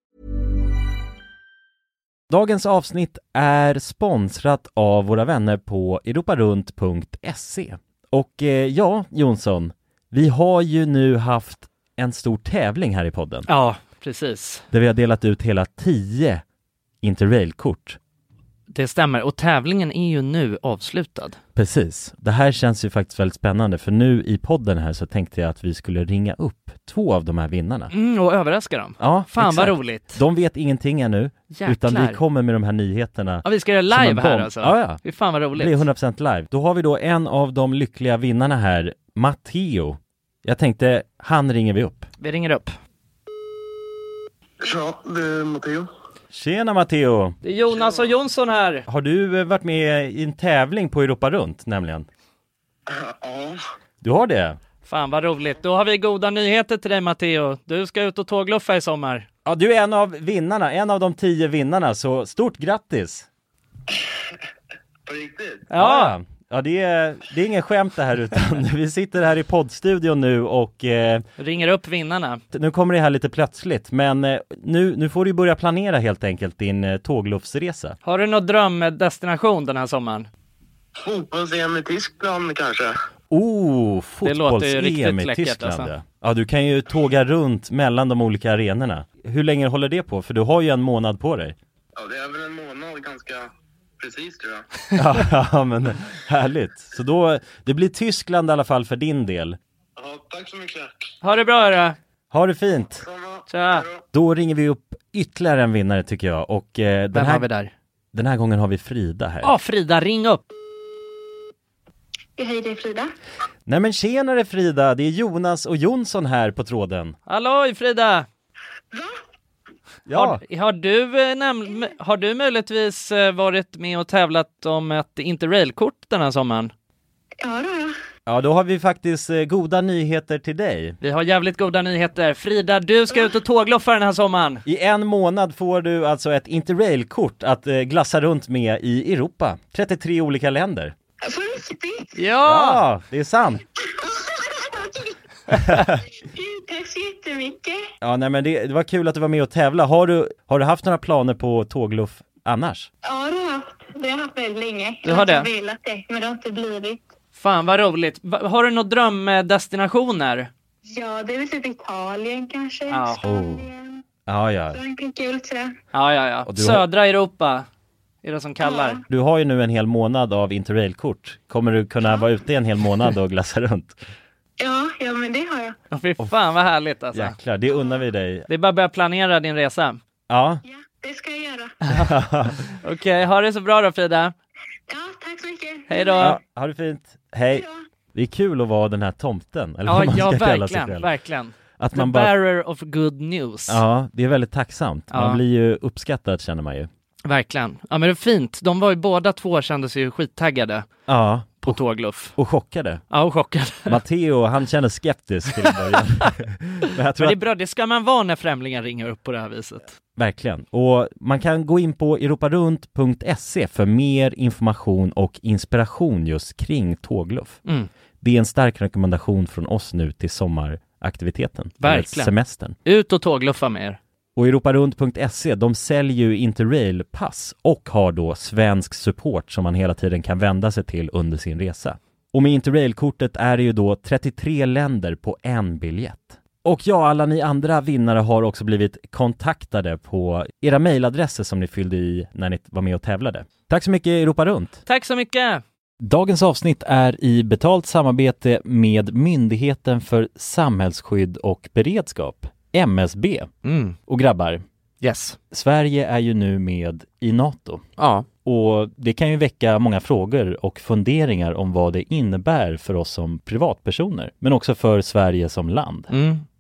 Dagens avsnitt är sponsrat av våra vänner på europarunt punkt se. Och eh, ja, Jonsson, vi har ju nu haft en stor tävling här i podden. Ja, precis. Där vi har delat ut hela tio Interrail-kort. Det stämmer, och tävlingen är ju nu avslutad. Precis. Det här känns ju faktiskt väldigt spännande, för nu i podden här så tänkte jag att vi skulle ringa upp två av de här vinnarna. Mm, och överraska dem. Ja, fan exakt. vad roligt. De vet ingenting ännu. Jäklar. Utan vi kommer med de här nyheterna. Ja, vi ska göra live här alltså. Ja, ja. Det är fan vad roligt. Det blir hundra procent live. Då har vi då en av de lyckliga vinnarna här, Matteo. Jag tänkte, han ringer vi upp. Vi ringer upp. Ja, det är Matteo. Tjena Matteo! Det är Jonas och Jonsson här. Har du varit med i en tävling på Europa runt nämligen? Ja. Du har det? Fan vad roligt. Då har vi goda nyheter till dig Matteo. Du ska ut och tågluffa i sommar. Ja, du är en av vinnarna, en av de tio vinnarna, så stort grattis! På riktigt? Ja, ja det, är, det är ingen skämt det här, utan vi sitter här i poddstudion nu och eh, ringer upp vinnarna. Nu kommer det här lite plötsligt, men eh, nu, nu får du börja planera helt enkelt din eh, tågluffsresa. Har du någon drömdestination den här sommaren? Fotbolls-E M i Tyskland kanske. Oh, fotbolls-E M i läckert, Tyskland. alltså. Ja, du kan ju tåga runt mellan de olika arenorna. Hur länge håller det på? För du har ju en månad på dig. Ja, det är väl en månad ganska precis tror jag. ja, ja, men härligt. Så då, det blir Tyskland i alla fall för din del. Ja, tack så mycket. Ha det bra hörru. Ha det fint. Tja. Då ringer vi upp ytterligare en vinnare tycker jag. Och eh, den Vem här, har vi där? Den här gången har vi Frida här. Ja, Frida, ring upp. Hej, det är Frida. Nej men tjenare Frida, det är Jonas och Jonsson här på tråden. Halloj Frida! Va? Ja. Har, har, du, eh, näm- har du möjligtvis eh, varit med och tävlat om ett Interrail-kort den här sommaren? Ja, då ja. Ja, då har vi faktiskt eh, goda nyheter till dig. Vi har jävligt goda nyheter. Frida, du ska ut och tågluffa den här sommaren. I en månad får du alltså ett Interrail-kort att eh, glassa runt med i Europa. trettiotre olika länder. På riktigt? Ja! Ja, det är sant. Tack så jättemycket. Ja, nej men det, det var kul att du var med och tävla. Har du, har du haft några planer på tågluff annars? Ja, det har jag haft. Det har jag haft väldigt länge. Du har det? Jag har velat det, men det har inte blivit. Fan vad roligt. Va- har du några drömdestinationer? Ja, det är väl typ Italien kanske. Ja. Spanien. Ja, ja. Frankrike, kul sådär. Ja, ja, ja. Och du har- Södra Europa är det som kallar. Du har ju nu en hel månad av Interrail-kort. Kommer du kunna vara ute en hel månad och glassa runt? Ja, ja, men det har jag. Ja, fy fan vad härligt alltså. Jäklar, det unnar vi dig. Det är bara att börja planera din resa. Ja. Ja, det ska jag göra. Okej, okay, ha det så bra då Frida. Ja, tack så mycket. Hej då. Ja, ha det fint. Hej. Det är kul att vara den här tomten. Eller Ja, vad man ja ska kalla sig verkligen, själv. verkligen. Att The man bara... bearer of good news. Ja, det är väldigt tacksamt. Man Ja. blir ju uppskattad känner man ju. Verkligen. Ja, men det är fint. De var ju båda två kände sig ju skittaggade. Ja. På och, tågluff. Och chockade. Ja, och chockade. Matteo, han känner skeptisk till början. Men jag tror Men det är att... bra, det ska man vara när främlingar ringer upp på det här viset. Verkligen. Och man kan gå in på europarunt punkt se för mer information och inspiration just kring tågluff. Mm. Det är en stark rekommendation från oss nu till sommaraktiviteten. Verkligen. Semestern. Ut och tågluffa med er. Och europarunt punkt se, de säljer ju Interrail-pass och har då svensk support som man hela tiden kan vända sig till under sin resa. Och med Interrail-kortet är det ju då trettiotre länder på en biljett. Och ja, alla ni andra vinnare har också blivit kontaktade på era mejladresser som ni fyllde i när ni var med och tävlade. Tack så mycket Europa Runt! Tack så mycket! Dagens avsnitt är i betalt samarbete med Myndigheten för samhällsskydd och beredskap, M S B. Mm. Och grabbar, yes. Sverige är ju nu med i NATO. Ja. Och det kan ju väcka många frågor och funderingar om vad det innebär för oss som privatpersoner, men också för Sverige som land. Mm.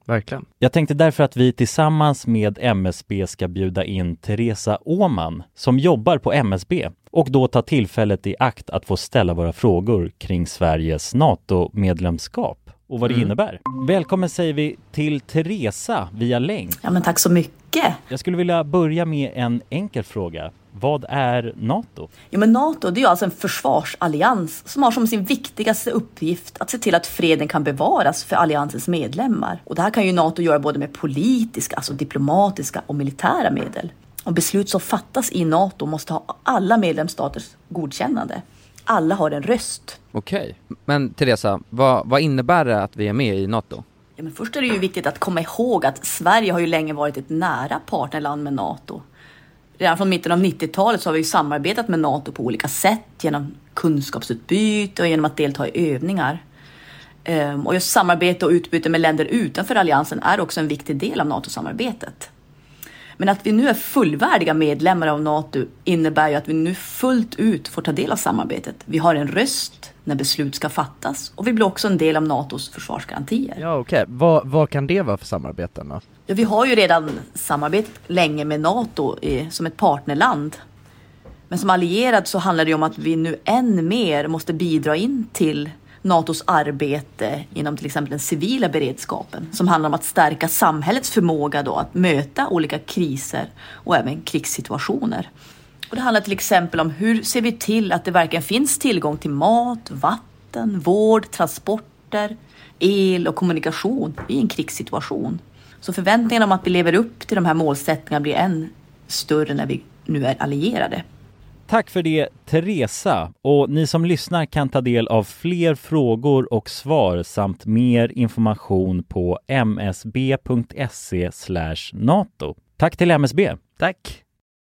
Verkligen. Jag tänkte därför att vi tillsammans med M S B ska bjuda in Teresa Åman som jobbar på M S B och då ta tillfället i akt att få ställa våra frågor kring Sveriges NATO-medlemskap och vad det mm. innebär. Välkommen säger vi till Teresa via länk. Ja, men tack så mycket. Jag skulle vilja börja med en enkel fråga. Vad är NATO? Ja, men NATO det är alltså en försvarsallians som har som sin viktigaste uppgift att se till att freden kan bevaras för alliansens medlemmar. Och det här kan ju NATO göra både med politiska, alltså diplomatiska och militära medel. Och beslut som fattas i NATO måste ha alla medlemsstaters godkännande. Alla har en röst. Okej, men Teresa, vad, vad innebär det att vi är med i NATO? Ja, men först är det ju viktigt att komma ihåg att Sverige har ju länge varit ett nära partnerland med NATO. Redan från mitten av nittiotalet så har vi ju samarbetat med NATO på olika sätt genom kunskapsutbyte och genom att delta i övningar. Um, och just samarbete och utbyte med länder utanför alliansen är också en viktig del av NATO-samarbetet. Men att vi nu är fullvärdiga medlemmar av NATO innebär ju att vi nu fullt ut får ta del av samarbetet. Vi har en röst när beslut ska fattas och vi blir också en del av NATOs försvarsgarantier. Ja, okej. Okay. Vad, vad kan det vara för samarbeten då? Ja, vi har ju redan samarbetat länge med NATO i, som ett partnerland. Men som allierad så handlar det om att vi nu än mer måste bidra in till NATOs arbete inom till exempel den civila beredskapen som handlar om att stärka samhällets förmåga då att möta olika kriser och även krigssituationer. Och det handlar till exempel om hur ser vi till att det verkligen finns tillgång till mat, vatten, vård, transporter, el och kommunikation i en krigssituation. Så förväntningarna om att vi lever upp till de här målsättningarna blir än större när vi nu är allierade. Tack för det, Teresa. Och ni som lyssnar kan ta del av fler frågor och svar samt mer information på msb.se slash NATO. Tack till M S B. Tack.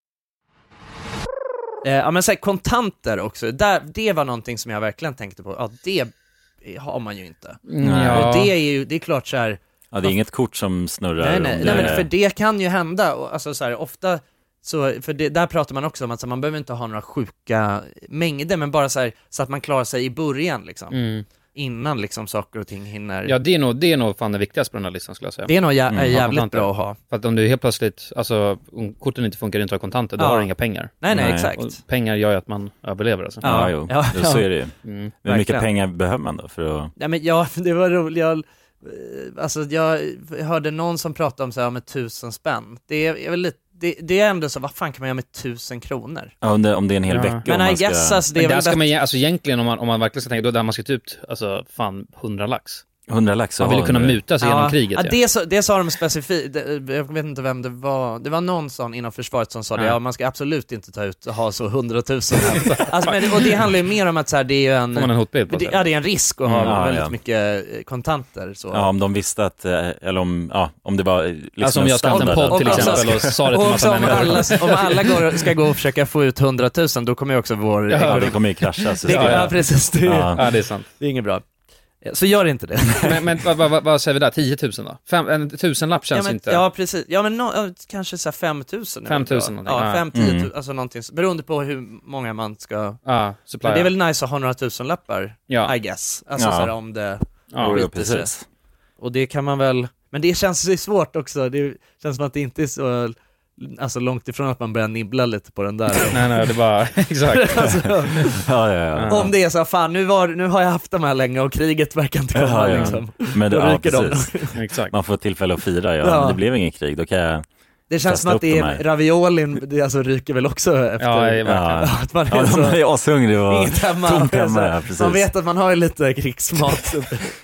Eh, ja, men så här, kontanter också. Där, det var någonting som jag verkligen tänkte på. Ja, det har man ju inte. Ja. Och det är ju, det är klart så här. Ja, det är inget kort som snurrar. Nej, nej, det... nej men för det kan ju hända. Och, alltså så här, ofta så, för det, där pratar man också om att så, man behöver inte ha några sjuka mängder, men bara så här, så att man klarar sig i början liksom. Mm. Innan liksom saker och ting hinner. Ja, det är nog, det är nog fan det viktigaste på den här listan skulle jag säga. Det är nog jä- mm. jävligt bra att ha. För att om du helt plötsligt, alltså om korten inte funkar, inte har kontanter, då ja. har du inga pengar. Nej, nej, nej. exakt. Och pengar gör ju att man överlever alltså. Ja, jo. Ja, ja. Så är det ju. Mm. Hur mycket pengar behöver man då för att... Ja, men ja, det var roligt. Jag, alltså, jag hörde någon som pratade om så här med tusen spänn. Det är, är väl lite Det, det är ändå så, vad fan kan man göra med tusen kronor? Ja, om det, om det är en hel ja. vecka. Men I guess ska... alltså, det är men väl ska man, alltså egentligen om man, om man verkligen ska tänka, då där man ska ta ut, alltså fan, hundra lax. hundra lax. Man vill ju kunna muta sig ja. genom kriget. Ja, det, så, det sa de specifikt, jag vet inte vem det var, det var någon sån inom försvaret som sa det, ja, ja man ska absolut inte ta ut och ha så hundratusen. Alltså, men, och det handlar ju mer om att så här, det är ju en, en hotbild på det, ja, det är en risk att ha mm, ja, väldigt ja. mycket kontanter. Så. Ja, om de visste att, eller om, ja, om det var liksom alltså om jag ska ha en podd till exempel och sa det till massa människor. Alla, om alla går, ska gå och försöka få ut hundratusen, då kommer ju också vår... Ja, det kommer ju krascha. Det, ja, ja, precis. Det, ja. ja, det är sant. Det är inget bra. Så gör inte det. men men vad, vad, vad säger vi där? tio tusen då? Fem, en tusenlapp känns ja, men, inte... Ja, precis. Ja, men no, kanske så här fem tusen. fem tusen någonting. Ja, ja. fem, tio tusen, alltså någonting. Beroende på hur många man ska... Ja, supply. Det är väl nice att ha några tusen lappar, ja. I guess. Alltså ja. så här, om det... Ja, ja precis. Och det kan man väl... Men det känns ju svårt också. Det känns som att det inte är så... Alltså långt ifrån att man börjar nibbla lite på den där. nej, nej, det var exakt. alltså, ja, ja, ja. Om det är så, fan, nu, var, nu har jag haft de här länge och kriget verkar inte komma ja, ja. liksom. Men det, ja, precis. De. Exakt. Man får tillfälle att fira, ja. ja. Det blev ingen krig, då kan jag... Det känns som att det är raviolin, det alltså ryker väl också efter. Ja, det är verkligen. Ja, att man är, ja, så, man är ashungrig och inget hemma. tomt hemma, ja, precis. Man vet att man har lite krigsmat.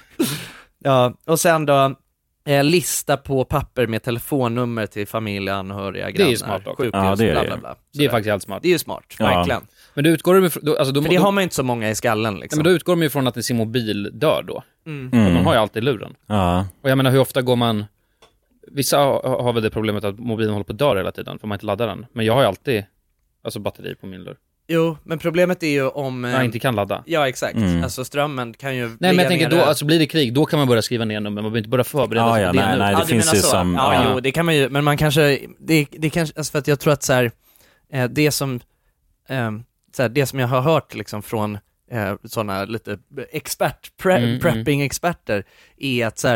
ja, och sen då Eh, lista på papper med telefonnummer till familj, anhöriga, grannar, det är smart också. sjukhus, ja, det är bla bla bla. Det är faktiskt helt smart. Det är ju smart, ja. verkligen. Men du utgår du då, alltså, då, För det då, har man ju inte så många i skallen liksom. Men då utgår de ju från att sin mobil dör då. Mm. Mm. Man har ju alltid luren. Ja. Och jag menar, hur ofta går man... Vissa har, har väl det problemet att mobilen håller på att dö hela tiden, för man inte laddar den. Men jag har ju alltid alltså batteri på min lur. Jo, men problemet är ju om... Jag inte kan ladda. Ja, exakt. Mm. Alltså strömmen kan ju... Nej, men jag tänker då, alltså blir det krig, då kan man börja skriva ner nummer. Man behöver inte börja förbereda ja, sig ja, på det nej, nu. nej, det ja, finns ju så. som... Ja, ja, jo, det kan man ju... Men man kanske... Det, det kanske... Alltså för att jag tror att så här... Eh, det som... Eh, så här, det som jag har hört liksom från eh, sådana lite expert... Pre, mm, prepping-experter är att så här...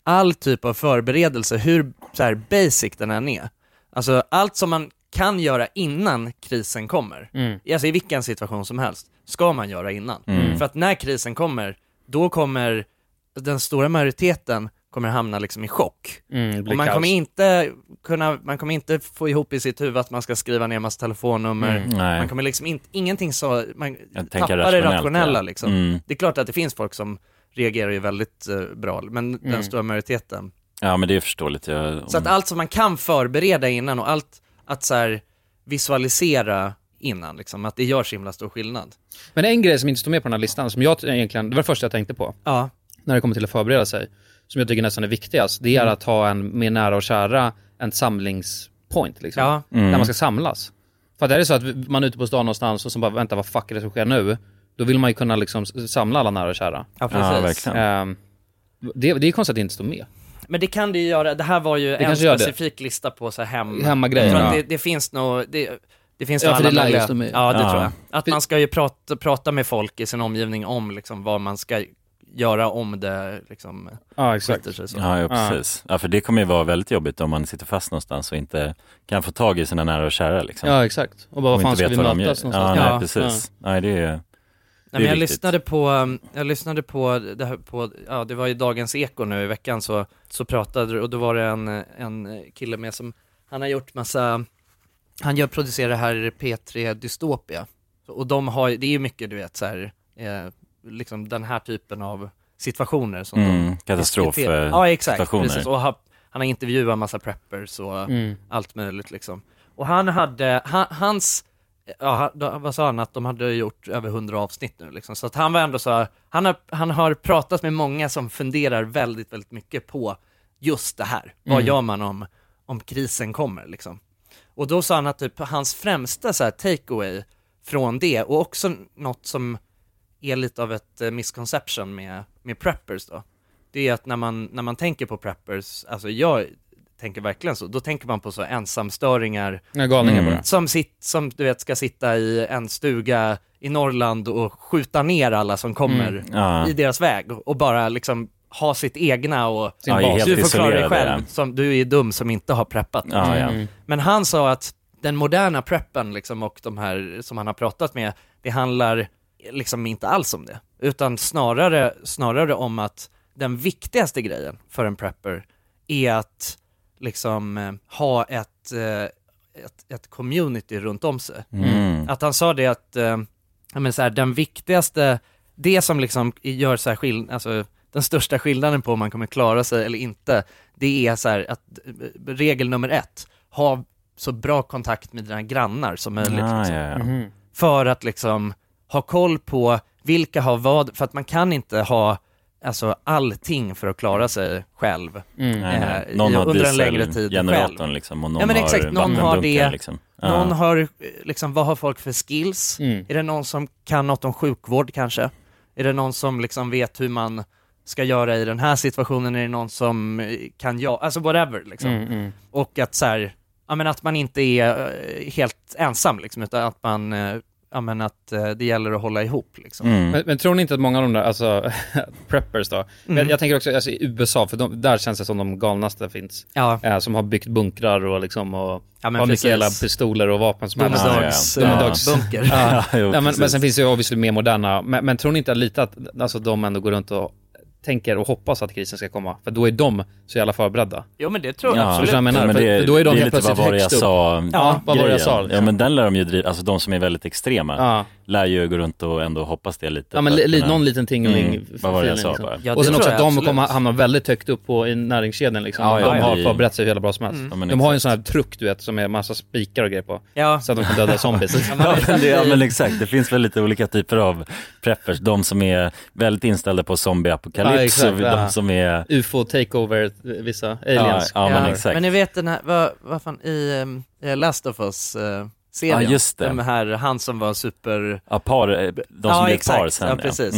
all typ av förberedelse, hur så här basic den än är. Alltså allt som man kan göra innan krisen kommer, Mm. alltså i vilken situation som helst, ska man göra innan. Mm. För att när krisen kommer, då kommer den stora majoriteten kommer hamna liksom i chock. Mm, det blir och man kaos. kommer inte kunna, man kommer inte få ihop i sitt huvud att man ska skriva ner massa telefonnummer. Mm, nej. Man kommer liksom inte, ingenting så, man Jag tänker tappar det rationellt, rationella ja. liksom. Mm. Det är klart att det finns folk som reagerar ju väldigt eh, bra, men Mm. den stora majoriteten. Ja, men det är förståeligt. Jag, Så att allt som man kan förbereda innan och allt att så här visualisera innan, liksom, att det gör så himla stor skillnad. Men en grej som inte står med på den här listan, som jag egentligen, det var det första jag tänkte på, Ja. när det kommer till att förbereda sig, som jag tycker nästan är viktigast, det är Mm. att ha en mer nära och kära, en samlingspoint liksom, Ja. Mm. där man ska samlas. För att är det så att man är ute på stan någonstans och så bara, vänta, vad fuck är det som sker nu? Då vill man ju kunna liksom s- samla alla nära och kära. Ja, precis. Ja, verkligen. Ehm, det, det är konstigt att det inte står med. Men det kan det ju göra, det här var ju en kanske gör det. specifik lista på så här hem, Hemmagrejer, jag tror att ja. det, det finns nog, det, det finns Ja, nog för det alla lär ju möjliga- stå med. Ja, det Ja. tror jag. Att man ska ju prata, prata med folk i sin omgivning om liksom vad man ska göra om det liksom Ja, exakt. skiter sig så. Ja, ja, precis. Ja, för det kommer ju vara väldigt jobbigt om man sitter fast någonstans och inte kan få tag i sina nära och kära liksom. Ja, exakt. Och bara, vad Och fan inte ska vet vi vad de mötas gör. någonstans? Ja, Ja. nej, precis. Nej, det är, Nej, det men är jag viktigt. lyssnade på, jag lyssnade på det här på, ja det var ju Dagens Eko nu i veckan, så, så pratade, och då var det en, en kille med som, han har gjort massa, han gör, producerar det här P tre Dystopia, och de har, det är ju mycket du vet så här, eh, liksom den här typen av situationer som Mm, de katastrof, diskuterar. eh, Ja, exakt, situationer. precis, och ha, han har intervjuat massa preppers och Mm. allt möjligt liksom. Och han hade, han, hans, ja, han- då- vad sa han, att de hade gjort över hundra avsnitt nu liksom. Så att han var ändå så, han har, han har pratat med många som funderar väldigt, väldigt mycket på just det här. Vad Mm. gör man om, om krisen kommer liksom? Och då sa han att typ hans främsta så här takeaway från det, och också något som är lite av ett eh, misconception med, med preppers då, det är att när man, när man tänker på preppers, alltså jag tänker verkligen så, då tänker man på så ensamstöringar, Ja, galningar Mm. bara. som, sitt, som du vet ska sitta i en stuga i Norrland och skjuta ner alla som kommer Mm. Ja. i deras väg, och bara liksom ha sitt egna och Sin Ja, bas. helt du får klara dig isolerade, själv, ja. som, du är dum som inte har preppat. Ja, ja. Mm. Men han sa att den moderna preppen liksom, och de här som han har pratat med, det handlar liksom inte alls om det, utan snarare, snarare om att den viktigaste grejen för en prepper är att liksom eh, ha ett, eh, ett, ett community runt om sig. Mm. Att han sa det att eh, ja, men så här, den viktigaste, det som liksom gör så här skill- alltså den största skillnaden på om man kommer klara sig eller inte, det är så här att eh, regel nummer ett, ha så bra kontakt med dina grannar som möjligt. Ah, liksom. ja, ja. Mhm. För att liksom ha koll på vilka har vad, för att man kan inte ha alltså allting för att klara sig själv. Mm. Nej, nej. Eh, Någon har under en längre tid dieselgeneratorn själv. liksom, och någon Ja, men har exakt, någon har vattendunkar, det. liksom. Ja. Någon har, eh, liksom, vad har folk för skills? Mm. Är det någon som kan något om sjukvård kanske? Är det någon som liksom vet hur man ska göra i den här situationen? Är det någon som eh, kan göra, alltså whatever liksom. Mm, mm. Och att så här, ja men att man inte är eh, helt ensam liksom, utan att man, eh, ja men att eh, det gäller att hålla ihop liksom. Mm. Men, men tror ni inte att många av de där, alltså preppers då, Mm. jag, jag tänker också alltså, i U S A, för de, där känns det som de galnaste finns, Ja. eh, som har byggt bunkrar och liksom, och Ja, men har mycket precis. jävla pistoler och vapen som helst. Domedags, Ja, ja. eh, Domedags. bunker. Ja. Jo, Ja, men, precis. men sen finns det ju obviously mer moderna, men, men tror ni inte lite att alltså, de ändå går runt och tänker och hoppas att krisen ska komma, för då är de så jävla förberedda. Jo men det tror jag Ja, absolut. Förstår du vad jag menar? men För- det, för då är de det är helt lite vad plötsligt var det jag högst upp. sa. Ja, vad var det jag sa, Ja, liksom. men den lär de ju driva, alltså de som är väldigt extrema, Ja. lär ju gå runt och ändå hoppas det lite. Ja, men för att li, kunna- någon liten tingeling. Mm, vad var det jag sa liksom. bara? Ja, och det sen tror också jag att de absolut. kommer hamna väldigt högt upp på i näringskedjan liksom. Ja, ja, de ja, har det- förberett sig hur jävla bra som helst. Mm. Ja, men De har ju en exakt. sån här truck du vet, som är massa spikar och grejer på. Ja. Så att de kan döda zombies. Ja men, det, ja men exakt, det finns väl lite olika typer av preppers. De som är väldigt inställda på Ja, zombieapokalyps, exakt, och ja. de som är... U F O takeover, vissa aliens. Ja, ja, men exakt. Men ni vet den här, vad, vad fan, i um, Last of Us uh, serien, Ja, just det. den här, han som var super... Ja, par, de som Ja, blir exakt. par sen. Ja, precis. Mm.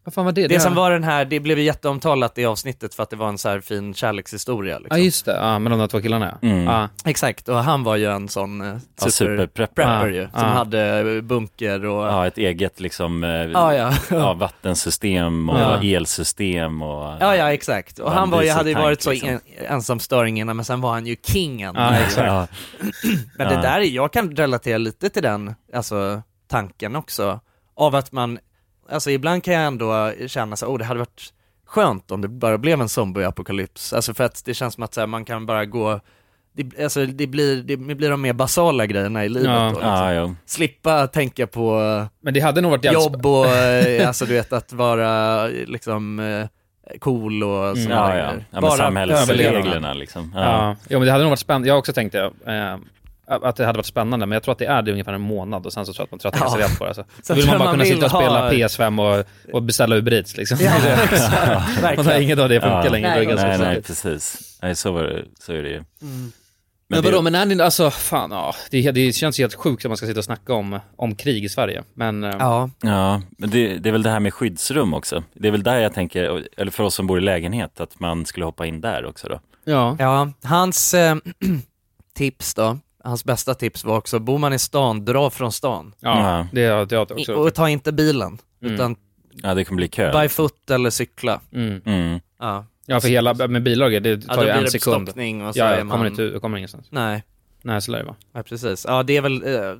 Vad fan var det? Det det som var... var den här, det blev ju jätteomtalat i avsnittet för att det var en så här fin kärlekshistoria liksom. Ja just det, ja, med de där två killarna. Mm. Ja. Exakt, och han var ju en sån eh, super, Ja, superprepper. prepper Ja, ju, ja. som hade bunker och... Ja, ett eget liksom eh, Ja, ja. ja, vattensystem och Ja. elsystem och... Ja, ja, exakt. Och han var ju, hade ju dieseltank, varit så liksom. en, ensamstöring innan, men sen var han ju kingen. Ja, exakt. Ja. Men det Ja. där, är- jag kan relatera lite till den, alltså tanken också, av att man, alltså ibland kan jag ändå känna så, oh det hade varit skönt om det bara blev en zombie-apokalyps, alltså för att det känns som att så här, man kan bara gå, det, alltså det blir, det blir de mer basala grejerna i livet Ja. då, liksom. Ja, ja. Slippa tänka på Men det hade nog varit jävligt... jobb och, eh, alltså du vet att vara liksom eh, cool och sådana Ja, ja. grejer. Ja, men Bara samhällsreglerna liksom. Ja. Ja, jo, men det hade nog varit spännande. Jag har också tänkt det, eh, att det hade varit spännande, men jag tror att det är det ungefär en månad och sen så tror jag att man tröttnar ganska Ja. rätt på det. Alltså. Så Så vill man tror bara man kunna vill sitta och spela ha- P S fem och, och beställa Uber Eats liksom. Ja, exakt. Man har Verkligen. inget av det funkar Ja. längre. Nej, då är det ganska Nej, nej, tråkigt. precis. Nej, så, var det, så är det ju. Mm. Men, Men vadå, det- men är ni, alltså fan ja, det, det känns helt sjukt att man ska sitta och snacka om, om krig i Sverige. Men eh, Ja, Ja, men det, det är väl det här med skyddsrum också. Det är väl där jag tänker, eller för oss som bor i lägenhet, att man skulle hoppa in där också då. ja. ja, hans eh, tips då, hans bästa tips var också, bor man i stan, dra från stan. Ja, Ja. det har jag också. I, och ta inte bilen, Mm. utan Ja, det kommer bli kö. by foot eller cykla. Mm. Mm. Ja, Ja, för hela, med bilar, det ja tar då ju blir en det sekund. stoppning och så Ja, är jag man... kommer inte ut, jag kommer ingenstans. Nej, Nej, så lär det vara. nej, precis. Ja, det är väl, eh,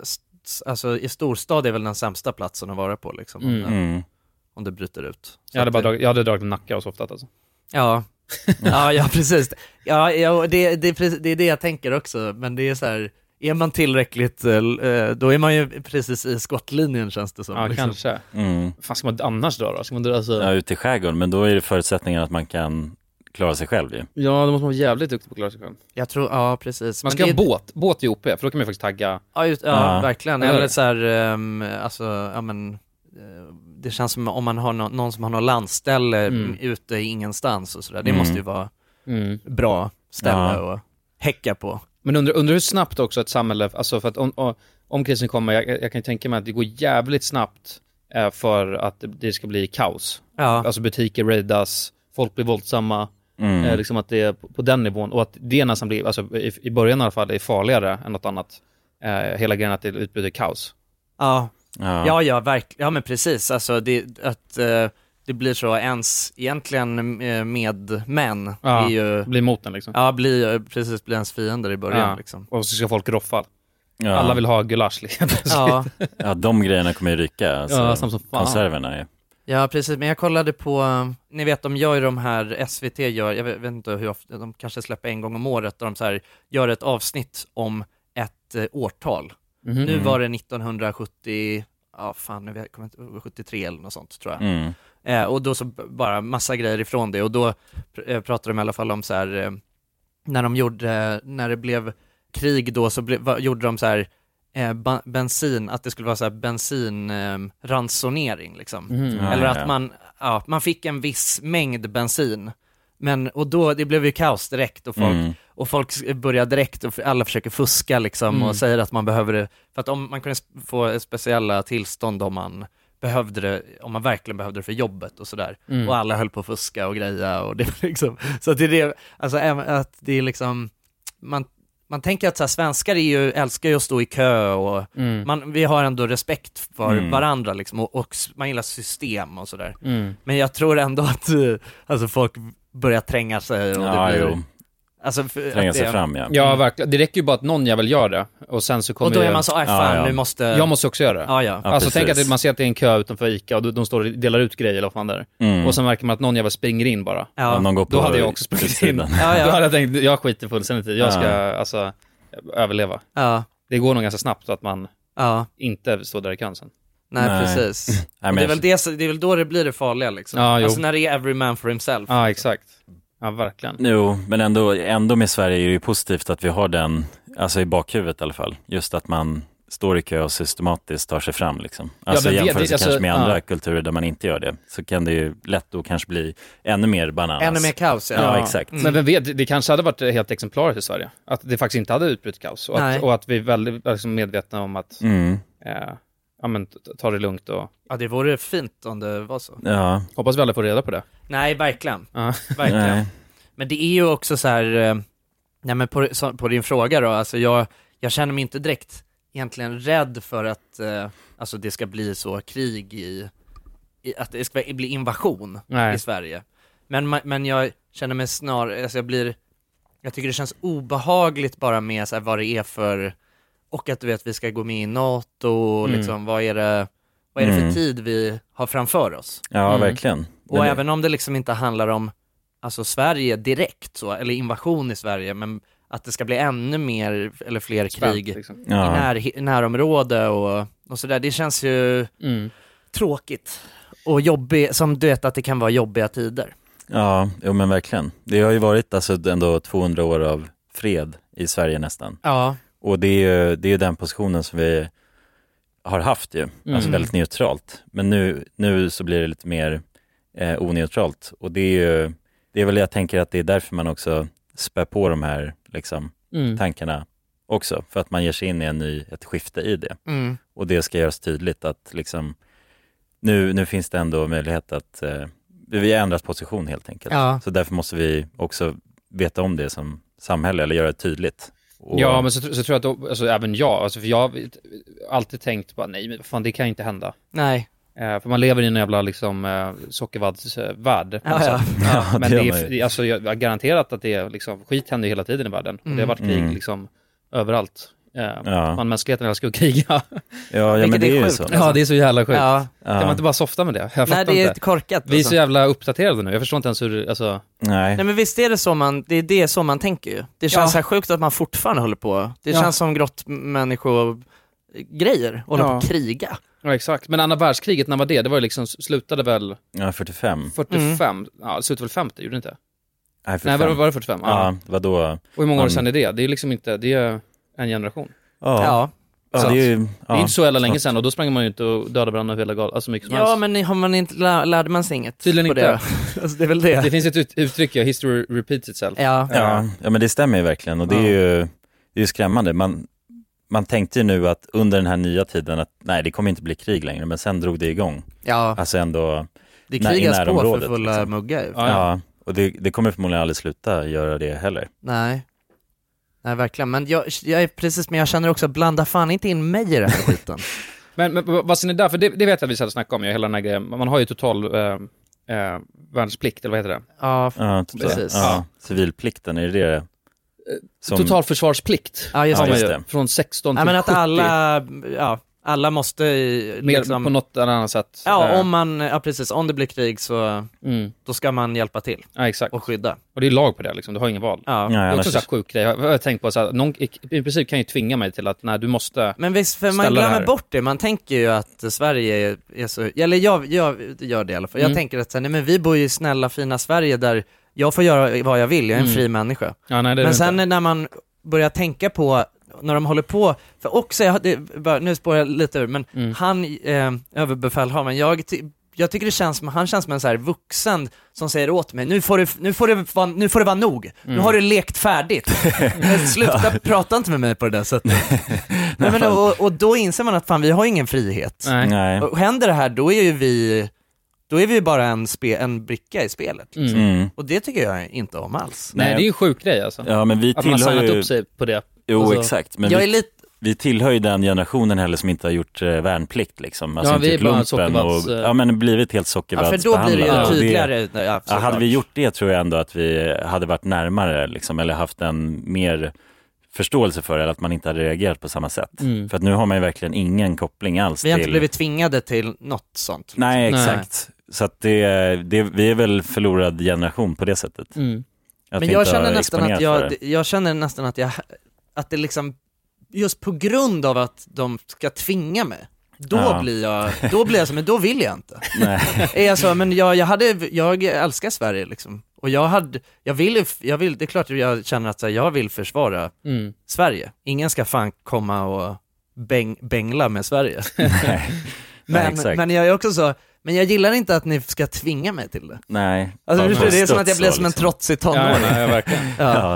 s- alltså i storstad är väl den sämsta platsen att vara på liksom, om, Mm. det, Mm. om det bryter ut. Så Jag hade, att bara det- dragit, jag hade dragit en nacka och softat alltså. Ja, ja, ja precis. Ja, ja det, det, är precis- det är det jag tänker också, men det är så här, är man tillräckligt, eh, då är man ju precis i skottlinjen känns det som. Ja, liksom. kanske. Mm. Fan, ska man annars dra då? Ska man dra, alltså... Ja, ute i skärgården, men då är det förutsättningen att man kan klara sig själv ju. Ja, då måste man vara jävligt duktig på att klara sig själv. Jag tror, ja precis. Man Men ska det, ha båt, båt i O P, för då kan man ju faktiskt tagga. Ja, just, ja, Ja. verkligen. Eller- Eller så här, um, alltså, ja men, eh, det känns som om man har nå- någon som har någon landställe Mm. ute i ingenstans och sådär. Det Mm. måste ju vara Mm. bra ställe Ja. att häcka på. Men undrar, undrar hur snabbt också ett samhälle, alltså för att om, om, om krisen kommer, jag, jag kan ju tänka mig att det går jävligt snabbt eh, för att det, det ska bli kaos. Ja, Alltså butiker raidas, folk blir våldsamma, Mm. eh, liksom att det är på, på den nivån. Och att det nästan blir, alltså i, i början i alla fall, är farligare än något annat. Eh, hela grejen att det utbryter kaos. ja, Ja. ja, ja, verkligen. Ja, men precis. Alltså det, att eh, det blir så ens, egentligen eh, med män Ja, är ju, blir mot den liksom. ja, blir, precis, blir ens fiender i början Ja. liksom. Och så ska folk roffa. Ja. Alla vill ha gulasch liksom. Ja. Ja, de grejerna kommer ju ryka. Alltså, Ja, som som fan. konserverna ju. Ja, precis, men jag kollade på, ni vet de gör ju de här, S V T gör, jag vet, vet inte hur ofta, de kanske släpper en gång om året, där de så här, gör ett avsnitt om ett eh, årtal. Mhm. Nu var det nittonhundrasjuttio, ja fan, nu vet jag kommer inte ihåg, sjuttiotre eller något sånt tror jag. Mm. Eh, och då så b- bara massa grejer ifrån det, och då pr- eh, pratade de i alla fall om så här, eh, när de gjorde, när det blev krig då så ble, va, gjorde de så här eh, ba- bensin, att det skulle vara så här bensin eh, ransonering liksom. Mhm. Ja, Eller ja, att ja. man, ja, man fick en viss mängd bensin. Men, och då, det blev ju kaos direkt och folk, Mm. och folk s- börjar direkt och f- alla försöker fuska liksom Mm. och säger att man behöver det, för att om man kunde sp- få speciella tillstånd om man behövde det, om man verkligen behövde det för jobbet och sådär. Mm. Och alla höll på att fuska och greja och det var liksom, så att det är det, alltså även att det är liksom, man, man tänker att så här, svenskar är ju, älskar ju att stå i kö och Mm. man, vi har ändå respekt för Mm. varandra liksom, och, och s- man gillar system och sådär. Mm. Men jag tror ändå att eh, alltså folk börjar tränga sig och Ja, det blir, jo. alltså, för, Tränga att sig det, fram, ja. Ja, verkligen. Det räcker ju bara att någon jävel gör det. Och sen så kommer och då ju... är man så, aj fan, Ja, ja. nu måste... Jag måste också göra det. Ja, ja. Ja, alltså tänk precis. att man ser att det är en kö utanför Ica och de, de står och delar ut grejer eller vad fan det är. Mm. Och sen märker man att någon jävel springer in bara. Ja, Ja. någon går på Då hade jag också sprungit in. utsidan. Ja, ja. Då hade jag tänkt, jag skiter fullständigt i. Jag ska Ja. alltså överleva. Ja, Det går nog ganska snabbt så att man ja, inte står där i kön sen. nej, Nej. precis. Nej, Och men det, är jag- väl det, så- det är väl då det blir det farliga liksom. Ja, jo. Alltså när det är every man for himself. Ja, exakt. Ja, verkligen. Jo, men ändå, ändå med Sverige är det ju positivt att vi har den, alltså i bakhuvudet i alla fall. Just att man står i kö och systematiskt tar sig fram liksom. Alltså men i det- jämförelse det- alltså, kanske med andra ja. kulturer där man inte gör det, så kan det ju lätt då kanske bli ännu mer bananas. Ännu mer kaos, ja. Ja, exakt. Mm. Men vem vet, det- det kanske hade varit helt exemplariskt i Sverige. Att det faktiskt inte hade utbrutit kaos. Och Nej. att, och att vi är väldigt liksom medvetna om att Mm. eh, ja, men, ta det lugnt och... Ja, det vore fint om det var så. Ja. Hoppas vi alla får reda på det. Nej, verkligen. Ja. Verkligen. Nej. Men det är ju också så här, eh, nej men på, så, på din fråga då, alltså jag, jag känner mig inte direkt egentligen rädd för att eh, alltså det ska bli så krig i, i att det ska bli invasion Nej. i Sverige. Men, men jag känner mig snarare, alltså jag blir, jag tycker det känns obehagligt bara med så här, vad det är för, och att du vet vi ska gå med i NATO och Mm. liksom, vad är det, vad är det för Mm. tid vi har framför oss? Ja, Mm. verkligen. Och Men det- även om det liksom inte handlar om alltså Sverige direkt så, eller invasion i Sverige, men att det ska bli ännu mer eller fler Spänt, krig liksom. i när, närområde och, och sådär, det känns ju Mm. tråkigt och jobbigt, som du vet att det kan vara jobbiga tider. Ja, jo, men verkligen. Det har ju varit alltså ändå tvåhundra år av fred i Sverige nästan. Ja. Och det är ju det är ju den positionen som vi har haft ju, alltså Mm. väldigt neutralt. Men nu, nu så blir det lite mer eh, oneutralt. Och det är ju, det är väl jag tänker att det är därför man också spär på de här liksom, Mm. tankarna också. För att man ger sig in i en ny, ett skifte i det. Mm. Och det ska göras tydligt att liksom, nu, nu finns det ändå möjlighet att eh, vi har ändrat position helt enkelt. Ja. Så därför måste vi också veta om det som samhälle eller göra det tydligt. Och, Ja, men så, så tror jag att då, alltså, även jag, alltså, för jag har alltid tänkt bara, nej men fan det kan inte hända. Nej. Eh, för man lever i en jävla liksom eh, sockervaddsvärld. Ja, ja. Ja, Ja, men det det gör man är, ju. det är, alltså, jag har garanterat att det är liksom, skit händer ju hela tiden i världen. Och det har varit krig Mm. liksom överallt. Eh, Ja. Man, mänskligheten älskar att kriga. ja, ja Vilket men det är är ju sjukt, så. alltså. Ja, det är så jävla sjukt. Ja. Kan Ja. man inte bara softa med det? Jag Nej, fattar det är inte. korkat. Vi är alltså. så jävla uppdaterade nu. Jag förstår inte ens hur, alltså... Nej. Nej men visst är det så man, det är det som man tänker ju. Det känns Ja. så här sjukt att man fortfarande håller på. Det Ja. känns som grottmänniskor-grejer, håller Ja. på att kriga. Ja, exakt. Men andra världskriget, när var det? Det var ju liksom, slutade väl Ja, fyrtiofem. fyrtiofem? Ja, det slutade väl femtio, gjorde det inte? Nej, Nej, var, var det fyrtiofem? Ja, det var då. Och hur många år man- sedan är det? Det är liksom inte, det är en generation. Ja. Ja. Ja, Så det är ju, Det är ja, inte så jävla länge snart. sedan och då sprang man ju inte och dödade varandra hela gal, alltså mycket som Ja, helst. men har man inte, lär, lärde man sig inget Tydligen på inte. det? Alltså, det är väl det. Det finns ett ut, uttryck, ja, history repeats itself. Ja. Ja, ja, men det stämmer ju verkligen och det är Ja. ju, det är ju skrämmande. Man, man tänkte ju nu att under den här nya tiden att nej, det kommer inte bli krig längre, men sen drog det igång. Ja, Alltså ändå det när- i krigas på för närområdet, fulla liksom. muggar ju. Ja, Ja, ja. och det, det kommer förmodligen aldrig sluta göra det heller. Nej. Nej, verkligen. Men jag, jag är precis, men jag känner också, blanda fan inte in mig i den här skiten. Men, men vad ser ni där? För det, det vet jag att vi ska snacka om, ja, hela den här grejen. Man har ju total eh, eh, värnplikt, eller vad heter det? Ja, Ja, typ så. precis. Ja, civilplikten, är det det? Som- Totalförsvarsplikt. Ja, just har det. man just ju, det. från sexton Ja, till men att sjuttio. alla, ja, alla måste Mer liksom, på något annat sätt. ja, Eh, om man, ja precis, om det blir krig så, mm. då ska man hjälpa till Ja, exakt. och skydda. Och det är lag på det, liksom. Du har ingen val. Ja. Nej, Det är annars- också så här sjuk grej. Jag har tänkt på så här, någon i, i princip kan ju tvinga mig till att, nej, du måste... Men visst, för man Ställa det glömmer här. bort det, man tänker ju att Sverige är, är så, eller jag, jag gör det i alla fall, jag Mm. tänker att så här, nej men vi bor ju i snälla fina Sverige där jag får göra vad jag vill, jag är en Mm. fri människa. Ja, nej, det är Men det sen inte. när man börjar tänka på, när de håller på, för också, jag, det, bara, nu spårar jag lite ur, men Mm. han, eh, överbefälhavaren, jag, ty, jag tycker det känns som, han känns som en så här vuxen som säger åt mig, nu får det, nu får det, vara, nu får det vara nog, nu Mm. har du lekt färdigt. Sluta, prata inte med mig på det där sättet. Nej, men, och, och då inser man att fan, vi har ingen frihet. Nej. Nej. Och händer det här, då är ju vi, då är vi ju bara en, spe, en bricka i spelet. Liksom. Mm. Och det tycker jag inte om alls. Nej, det är ju en sjuk grej alltså. Ja, men vi Att man har tillhör signat ju... upp sig på det. Jo, Alltså, exakt. Men Jag vi, är lite, vi tillhör ju den generationen heller som inte har gjort eh, värnplikt liksom. Alltså Ja, inte vi är gjort bara lumpen sockervadds, och, eh, ja, men blivit helt ja, för då blir det sockervaddsbehandlade. ju Och det- tydligare. Ja, Ja, såklart. hade vi gjort det tror jag ändå att vi hade varit närmare liksom, eller haft en mer förståelse för det, eller att man inte hade reagerat på samma sätt. Mm. För att nu har man ju verkligen ingen koppling alls Vi har till... inte blivit tvingade till något sånt. Nej, Nej. exakt. Så att det, det, vi är väl förlorad generation på det sättet. Mm. Att Men vi jag inte känner har nästan att exponerat jag, för det. jag känner nästan att jag, att det liksom, just på grund av att de ska tvinga mig, då Ja. blir jag, då blir jag så, men då vill jag inte. Nej. Är jag så, men jag, jag hade, jag älskar Sverige liksom. Och jag hade, jag vill, jag vill, det är klart att jag känner att så här, jag vill försvara Mm. Sverige. Ingen ska fan komma och bäng, bängla med Sverige. Nej. Nej, Men, exakt. men jag är också så, men jag gillar inte att ni ska tvinga mig till det. Nej. Alltså, Bara förstår du, det är som studs att jag blev så, som en liksom. trotsig Ja, tonåring. ja, ja, verkligen. Ja. Ja.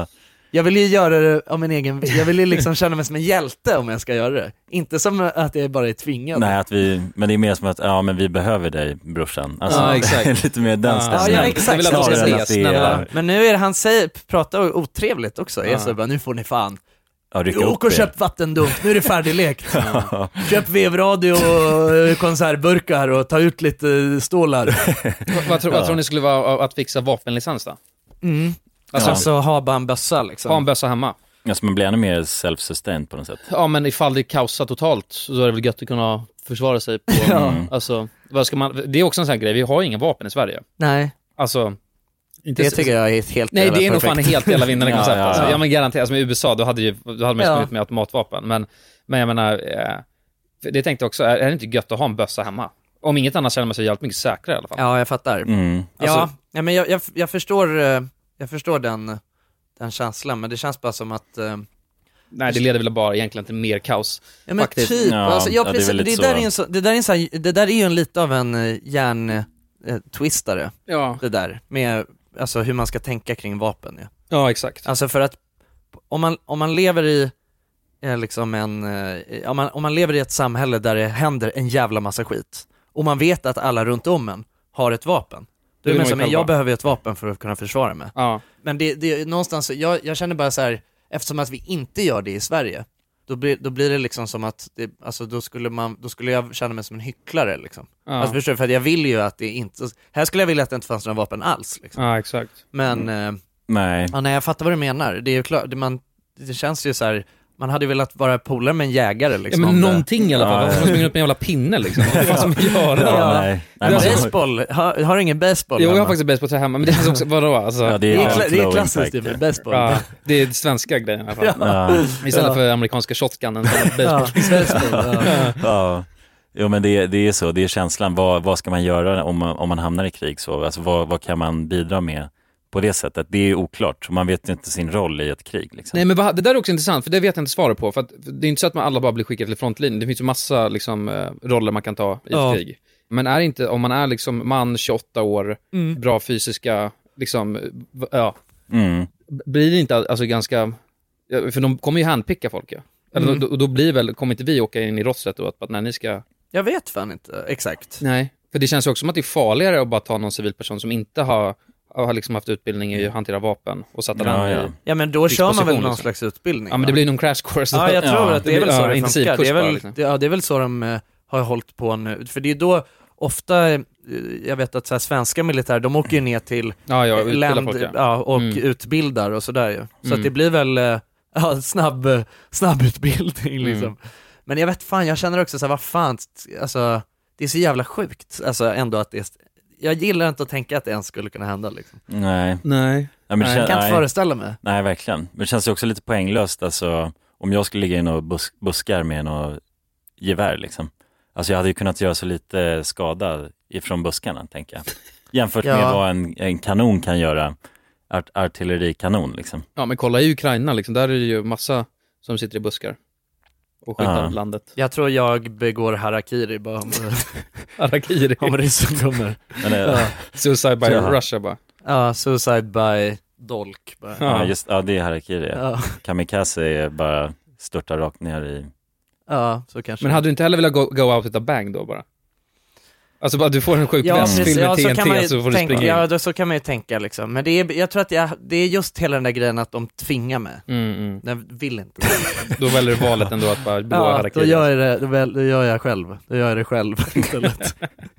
Jag vill ju göra det av min egen, jag vill ju liksom känna mig som en hjälte om jag ska göra det. Inte som att jag bara är tvingad. Nej, att vi, men det är mer som att, ja men vi behöver dig brorsan. Alltså, ja, exakt. lite mer den ja, ja, exakt. Vill att ja, ses, ja. Men nu är det, han säger, pratar otrevligt också. Ja. Jag säger bara, nu får ni fan. Ja, Åk och köp vattendunk, nu är det färdiglekt. Ja. Köp vevradio och konservburkar och ta ut lite stålar. vad, vad, tror, vad tror ni skulle vara att fixa vapenlicens då? Mm. Alltså, ja. alltså ha bara en bössa liksom. Ha en bössa hemma. Alltså man blir ännu mer self-sustained på något sätt. Ja, men ifall det kaosar totalt så är det väl gött att kunna försvara sig på. Mm. Alltså, vad ska man, det är också en sån här grej, vi har inga vapen i Sverige. Nej. Alltså inte det så, tycker jag är helt nej, det är perfekt. nog fan helt jävla vinnande koncept. ja, ja, ja. Alltså, ja men garanterat, alltså med U S A då hade ju då hade man ju ja. med automatvapen, men men jag menar eh, det tänkte jag också, är, är det inte gött att ha en bössa hemma? Om inget annat känner man sig jävligt mycket säkrare i alla fall. Ja, jag fattar. Mm. Alltså, ja, ja, men jag, jag, jag förstår jag förstår den den känslan, men det känns bara som att eh, nej, det leder väl bara egentligen till mer kaos. Ja, men faktiskt. typ. Ja, alltså, jag, ja, precis, det, är det, där är en så, det där är en så här, det där är ju en lite av en uh, hjärn uh, twistare. Ja. Det där med alltså hur man ska tänka kring vapen. Ja, ja exakt. Alltså för att om man om man lever i eh, liksom en eh, om man om man lever i ett samhälle där det händer en jävla massa skit och man vet att alla runt om en har ett vapen. Då är det som jag behöver ett vapen för att kunna försvara mig. Ja. Men det det någonstans jag jag känner bara så här, eftersom att vi inte gör det i Sverige. Då blir, då blir det liksom som att det, alltså då skulle man då skulle jag känna mig som en hycklare liksom. Ja. Alltså förstår du, för att jag vill ju att det inte här skulle jag vilja att det inte fanns några vapen alls liksom. Ja, exakt. Men mm. eh, nej. Ja, nej, jag fattar vad du menar. Det är ju klart det man det känns ju så här, man hade ju velat vara polare med en jägare liksom. Ja, men någonting det... i alla fall. Varför ja. Springer upp med en jävla pinne liksom? Vad fan som gör det? Ja, nej. nej baseball. Har, har du ingen baseball? Jo, hemma? jag har faktiskt baseball till hemma, men det känns också vadå alltså. Ja, det är, det är, det är klassiskt med baseball. Ja, det är svenska grejen i alla fall. Ja. Istället ja. för amerikanska shotgunnen så baseball. baseball ja. ja. Jo, men det, det är så, det är känslan, vad, vad ska man göra om man, om man hamnar i krig så? Alltså vad, vad kan man bidra med på det sättet? Det är oklart, man vet inte sin roll i ett krig liksom. Nej, men vad, det där är också intressant, för det vet jag inte svara på, för att det är inte så att man alla bara blir skickade till frontlinjen. Det finns ju massa liksom, roller man kan ta i ett ja. krig. Men är inte, om man är liksom man tjugoåtta år, mm. bra fysiska liksom, ja, mm. blir det inte alltså ganska, för de kommer ju handpicka folk, ja. Eller mm. då, då blir väl, kommer inte vi åka in i rostret då, att när ni ska... Jag vet fan inte, exakt. Nej, för det känns ju också som att det är farligare att bara ta någon civilperson som inte har, har liksom haft utbildning i att hantera vapen och sätta ja, den ja. i Ja, men då kör man väl någon liksom. slags utbildning. Ja, men det blir någon crash course. Ja, jag tror ja. att det är väl så ja, det funkar. Det är väl, liksom. det, ja, det är väl så de uh, har hållit på nu. För det är då ofta, uh, jag vet att så här, svenska militär, de åker ju ner till ja, ja, länd folk, ja. Ja, och mm. utbildar och sådär ju. Så mm. att det blir väl uh, ja, snabb, uh, snabb utbildning liksom. Mm. Men jag vet fan, jag känner också så här, vad fan, alltså det är så jävla sjukt, alltså ändå att det är, jag gillar inte att tänka att det ens skulle kunna hända liksom. Nej. Nej. Ja, men nej. Kän- jag kan inte nej. föreställa mig. Nej, verkligen. Men det känns ju också lite poänglöst, alltså om jag skulle ligga in och bus- buskar med något gevär liksom. Alltså jag hade ju kunnat göra så lite skada ifrån buskarna, tänker jag. Jämfört ja. med vad en, en kanon kan göra, art- artillerikanon liksom. Ja, men kolla i Ukraina liksom, där är det ju massa som sitter i buskar och skjuter ja. landet. Jag tror jag begår harakiri bara om, harakiri. om ryssen kommer. Men, ja. Suicide by ja. Russia bara. Ja, suicide by dolk bara. Ja, ja just ja, det är harakiri. Ja. Kamikaze är bara störta rakt ner i. Ja, så kanske. Men hade du inte heller velat go, go out with a bang då bara? Alltså bara du får en sjuk ja, väst fylld med ja, T N T så, så, så får tänka, du springa ja, in. då, så kan man ju tänka liksom. Men det är, jag tror att jag, det är just hela den där grejen att de tvingar mig. Mm, mm. Jag vill inte. Då väljer du valet ändå att bara begå ja, harakiri. Då gör jag det, då, väl, då gör jag själv. Då gör jag det själv istället.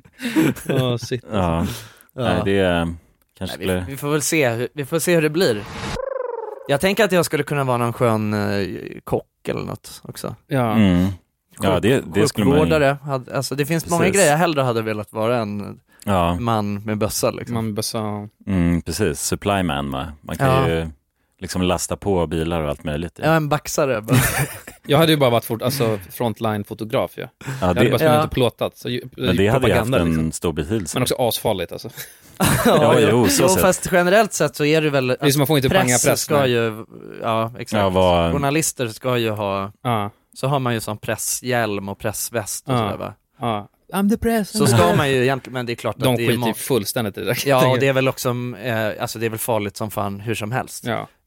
oh, shit. Ja. ja. Nej, det är kanske Nej, vi, vi får väl se, vi får se hur det blir. Jag tänker att jag skulle kunna vara någon skön eh, kock eller något också. Ja. Mm. Ja, det, det skulle man ju... Alltså det finns precis. Många grejer jag hellre hade velat vara en ja. man med bössa liksom. Man med bössa. Mm, precis, supply man va? Man kan ja. ju liksom lasta på bilar och allt möjligt. Ja, en baxare. Jag hade ju bara varit fort, alltså frontline-fotograf ja. ja jag det, hade bara sprungit ja. och plåtat. Så, men det hade ju haft en liksom. stor betydelse. Men också asfarligt alltså. ja, jo, så jo fast generellt sett så är det väl... Det är som man får inte panga press. Ska ju, ja, exakt. Ja, var... Journalister ska ju ha... Ja. Så har man ju sån presshjälm och pressväst och ja. sådär va? Ja. I'm the press. Så ska man ju egentligen, men det är klart de att det är... De skiter fullständigt i det. Ja, och det är väl också, eh, alltså det är väl farligt som fan hur som helst. Ja.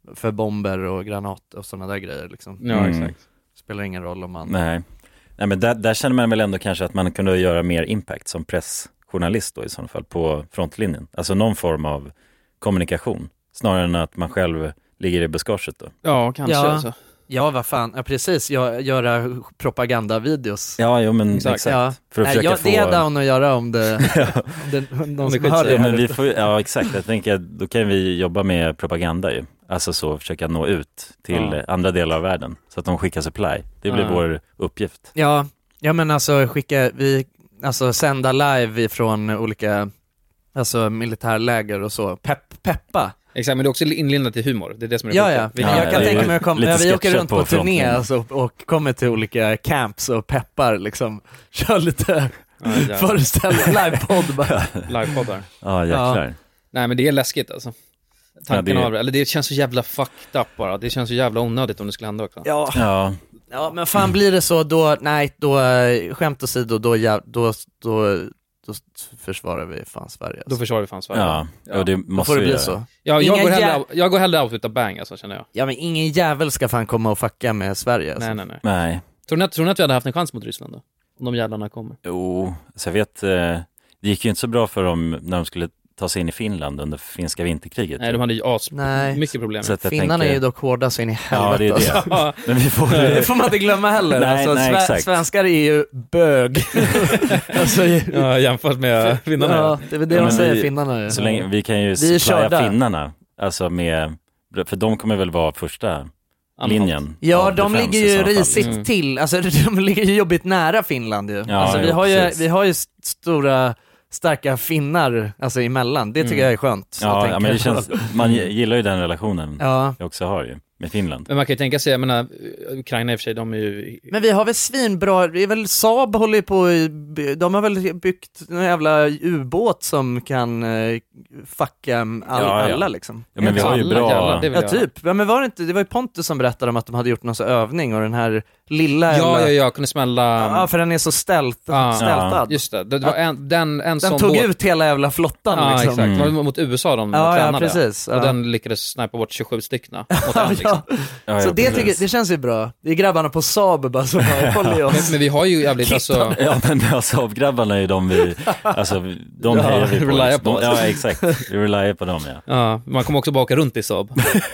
för bomber och granat och sådana där grejer liksom. Ja, Mm. exakt. Spelar ingen roll om man... Nej, Nej men där, där känner man väl ändå kanske att man kunde göra mer impact som pressjournalist då i så fall på frontlinjen. Alltså någon form av kommunikation snarare än att man själv ligger i buskaget då. Ja, kanske Ja. alltså. Ja, vad fan. Ja, precis. Jag, göra propagandavideos. Ja, jo men Exakt. exakt. Ja. För att Nej, försöka jag, få... det är down att göra om det, om det om någon som hör det. Ja, här men vi ute. får, ja exakt, jag tänker att då kan vi jobba med propaganda ju. Alltså så försöka nå ut till Ja. andra delar av världen så att de skickar supply. Det blir Ja. vår uppgift. Ja, ja men alltså skicka, vi, alltså sända live ifrån olika, alltså militärläger och så. Pepp, peppa. Exakt, men det är också inlindat i humor. Det är det som är det Ja, sjuka. ja. Vi- Ja, jag kan det är tänka mig att komma, lite ja, vi åker sketcher runt på, på turné frontlinjen. alltså, och kommer till olika camps och peppar liksom. Kör lite Ja, jävlar. föreställning, livepodd bara. Livepoddar. Ja, jäklar. Nej, men det är läskigt alltså. Tanken Ja, det är- av det. Eller det känns så jävla fucked up bara. Det känns så jävla onödigt om det skulle hända också. Ja. Ja, Ja, men fan blir det så då, nej, då, eh, skämt åsido, då, ja, då, då, då försvarar vi fan Sverige. Då Alltså. försvarar vi fan Sverige. ja. Och det Då måste får det vi bli göra. så. Ja, jag, Inga går hellre, jä- jag går hellre out utav bang alltså, känner jag. Ja, men ingen jävel ska fan komma och fucka med Sverige. Alltså. Nej, nej, nej. Nej. Tror ni, att- tror ni att vi hade haft en chans mot Ryssland då? Om de jävlarna kommer? Jo, så jag vet, eh, det gick ju inte så bra för dem när de skulle ta sig in i Finland under finska vinterkriget. Nej, de hade ju as Nej. mycket problem Så med. att jag Finnarna tänker- är ju dock hårda så in i Ja, helvete. det är det. Alltså. Men vi får... Det får man inte glömma heller. Nej, alltså, nej, sve- exakt. svenskar är ju bög. alltså, Ja, jämfört med finnarna. ja, det är väl det Ja, de men säger, vi- finnarna. Är. Så länge, vi kan ju Vi är körda. supplya finnarna, alltså med, för de kommer väl vara första linjen. Ja, av de defense ligger i ju sådana fall. risigt Mm. till. Alltså de ligger ju jobbigt nära Finland ju. Ja, alltså, vi, jo, har ju precis. vi har ju st- stora, starka finnar alltså emellan. Det tycker Mm. jag är skönt. att Ja, tänka ja, men det på. känns, man gillar ju den relationen Ja. jag också har ju, med Finland. Men man kan ju tänka sig, jag menar, Ukraina i och för sig, de är ju... Men vi har väl svinbra, det är väl Saab håller ju på, de har väl byggt en jävla ubåt som kan eh, fucka all, Ja, ja. alla liksom. Ja, men vi har ju Alla bra... jävlar, det vill Ja, jag. typ. Ja, men var det inte, det var ju Pontus som berättade om att de hade gjort någon sån övning och den här lilla Ja, jävla... ja, ja, kunde smälla... Ja, för den är så ställt, Ja. stältad. Just det, det var en, den, en Den sån tog båt. ut hela jävla flottan Ja, liksom. exakt. Det var mot U S A de Ja, ja, tränade. precis. Och Ja. den lyckades snipa bort tjugosju stycken mot en, liksom. Ja. Ja, Så ja, det, precis. tycker, det känns ju bra. Det är grabbarna på Saab bara som bara håller i Men, oss. men vi har ju jävligt, alltså... Ja, men alltså avgrabbarna är ju de vi, alltså de Ja, hejar vi på. relyar liksom. på De, oss. ja, exakt. Vi relyar på dem, ja. Ja, man kommer också bara åka runt i Saab.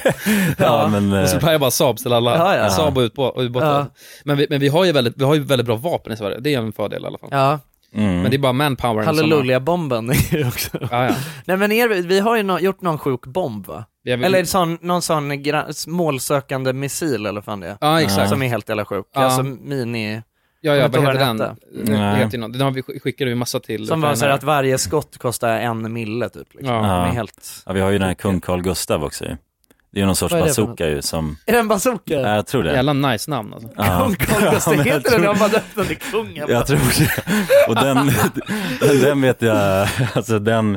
Ja, men... Och så eh, börjar jag bara Saab till alla. Ja, ja. Saab och utbå- och ubåtar. Ja. Men, vi, men vi har ju väldigt, vi har ju väldigt bra vapen i Sverige. Det är en fördel i alla fall. Ja, Mm. Men det är bara manpower. Halleluja-bomben är ju också. Ja, ja. Nej men er, vi har ju no, gjort någon sjuk bomb va? Vi har- Eller sån, någon sån gra- målsökande missil eller vad fan det är. Ja, exakt. Som är helt jävla sjuk. Ja. Alltså mini... Ja, ja, Jag vet vad inte heter vad den? den Det Nej. heter ju något. Den har vi skickade vi massa till. Som var så här Ukraina. att varje skott kostar en mille typ. Liksom. Ja. Den Ja. är helt... Ja, vi har ju den här kung Carl Gustav också ju. Det är ju någon sorts Vad är det för bazooka ju som... Är det en bazooka? Ja, jag tror det. Jävla nice namn alltså. Ja. Kung Carl Gustaf, Ja, men jag heter den? tror- Jag bara döpt den till kungen. Jag tror det. Och den, den, den vet jag, alltså den,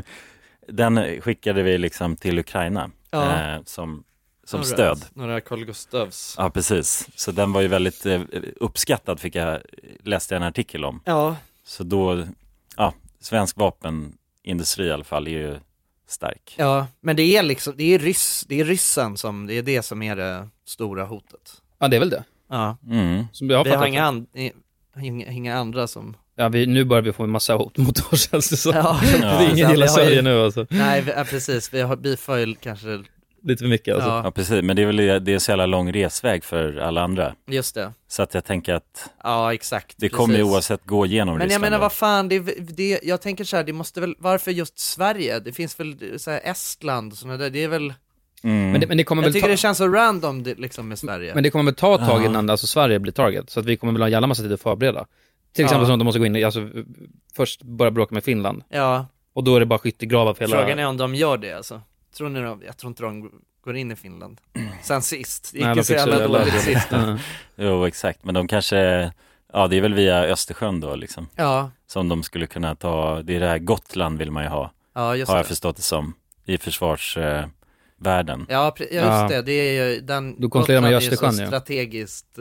den skickade vi liksom till Ukraina Ja. eh, som, som Några- stöd. Några Carl Gustavs. Ja, precis. Så den var ju väldigt eh, uppskattad, fick jag, läste jag en artikel om. Ja. Så då, ja, svensk vapenindustri i alla fall är ju stark. Ja, men det är liksom, det är ryss, det är ryssen som, det är det som är det stora hotet. Ja, det är väl det. Ja. Mm. Som jag har Vi har fattat inga, det. and, inga, inga andra som... Ja, vi, nu börjar vi få en massa hot mot oss, känns det så. Ja. Det är ingen Ja, gillar vi har ju- Sverige nu alltså. Nej, vi, ja, precis. Vi har beefar ju kanske... Lite för mycket alltså. Ja. Ja, precis. Men det är väl det är så jävla lång resväg för alla andra. Just det. Så att jag tänker att Ja, exakt. det kommer ju precis. oavsett gå igenom Men jag Ryssland menar då. vad fan, det, det, jag tänker så här, det måste väl, varför just Sverige? Det finns väl så här Estland och sådana där, det är väl... Mm. Men det, men det kommer Jag väl tycker ta... det känns så random det, liksom med Sverige. Men det kommer väl ta ett tag Ja. innan alltså Sverige blir target. Så att vi kommer väl ha en jävla massa tid att förbereda. Till exempel Ja. som att de måste gå in i, alltså först börja bråka med Finland. Ja, Och då är det bara skyttegravar för hela... frågan är om de gör det alltså. Tror ni de, jag tror inte de går in i Finland. Sen sist, det gick Nej, ju de så fick så jävla jävla- dåligt sist. Ja. Jo, exakt. Men de kanske, ja det är väl via Östersjön då liksom. Ja, Som de skulle kunna ta, det är det här Gotland vill man ju ha. ja just Har jag det. förstått det som. I försvarsvärlden. Eh, världen. Ja, pre- ja, just Ja. det, det är ju den... Då kontrollerar man ju Gotland är Östersjön, så ja. strategiskt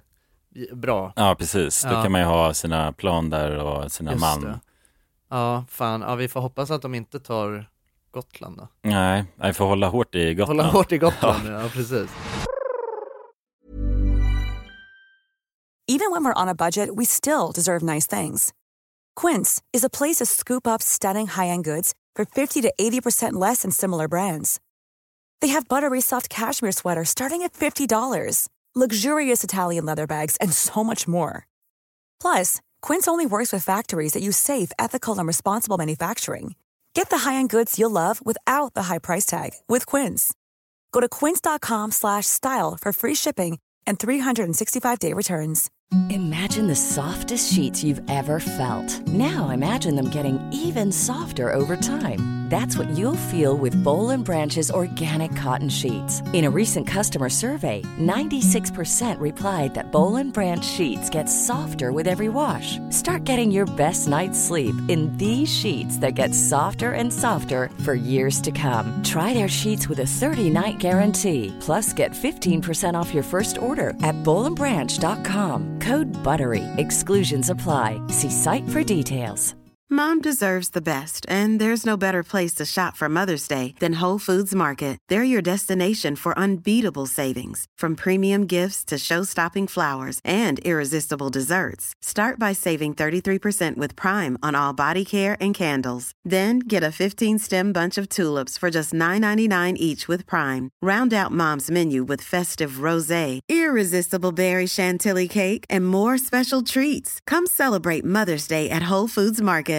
eh, bra. Ja, precis. Då Ja. kan man ju ha sina plan där och sina Just man. det. Ja, fan, ja vi får hoppas att de inte tar Gotland då? Nej, jag får hålla hårt i Gotland. Hålla hårt i Gotland, ja, ja precis. Even when we're on a budget, we still deserve nice things. Quince is a place to scoop up stunning high-end goods for fifty to eighty percent less than similar brands. They have buttery soft cashmere sweaters starting at fifty dollars, luxurious Italian leather bags, and so much more. Plus, Quince only works with factories that use safe, ethical, and responsible manufacturing. Get the high-end goods you'll love without the high price tag with Quince. Go to quince.com slash style for free shipping and three sixty-five day returns. Imagine the softest sheets you've ever felt. Now imagine them getting even softer over time. That's what you'll feel with Boll and Branch's organic cotton sheets. In a recent customer survey, ninety-six percent replied that Boll and Branch sheets get softer with every wash. Start getting your best night's sleep in these sheets that get softer and softer for years to come. Try their sheets with a thirty night guarantee. Plus, get fifteen percent off your first order at boll and branch dot com. Code BUTTERY. Exclusions apply. See site for details. Mom deserves the best, and there's no better place to shop for Mother's Day than Whole Foods Market. They're your destination for unbeatable savings, from premium gifts to show-stopping flowers and irresistible desserts. Start by saving thirty-three percent with Prime on all body care and candles. Then get a fifteen stem bunch of tulips for just nine ninety-nine each with Prime. Round out Mom's menu with festive rosé, irresistible berry chantilly cake, and more special treats. Come celebrate Mother's Day at Whole Foods Market.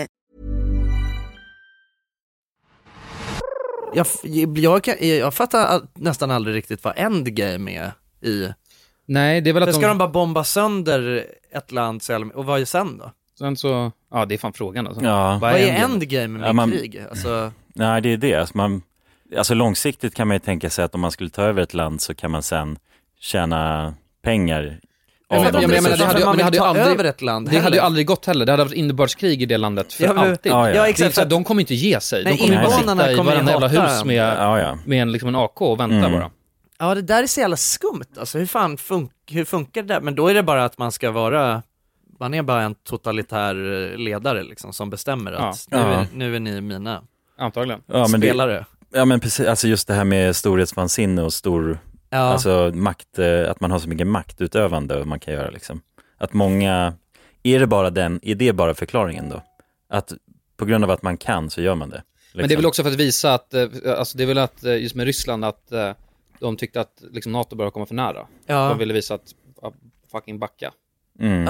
Jag, jag, kan, jag fattar nästan aldrig riktigt vad Endgame är i. Nej, det är väl att ska de... de bara bomba sönder ett land så, och vad är sen då? Sen så, ja det är fan frågan alltså. Ja. Vad är Endgame med ja, man, krig? Alltså... Nej, det är det. Alltså, man, alltså långsiktigt kan man ju tänka sig att om man skulle ta över ett land så kan man sen tjäna pengar. Ja, men, jag menar, det hade, man det hade ju aldrig, över ett land det hade ju aldrig gått heller. Det hade varit inbördeskrig i det landet för ja, men, alltid. Ja, ja. Det är så att de kommer inte ge sig. Nej, de kommer bara sitta i varandra jävla hus med, ja, ja. med en, liksom en A K och vänta mm. bara. Ja, det där är så jävla skumt. Alltså, hur fan fun- hur funkar det där? Men då är det bara att man ska vara, man är bara en totalitär ledare liksom, som bestämmer att ja. nu, är, Ja. nu är ni mina Antagligen. Ja, men spelare. Det, ja, men precis. Alltså just det här med storhetsvansinne och stor, ja. alltså makt, att man har så mycket maktutövande man kan göra liksom. Att många, är det bara den, är det bara förklaringen då? Att på grund av att man kan så gör man det. Liksom. Men det är väl också för att visa att, alltså det är väl att just med Ryssland att de tyckte att liksom NATO började komma för nära. Ja. De ville visa att fucking backa. Mm.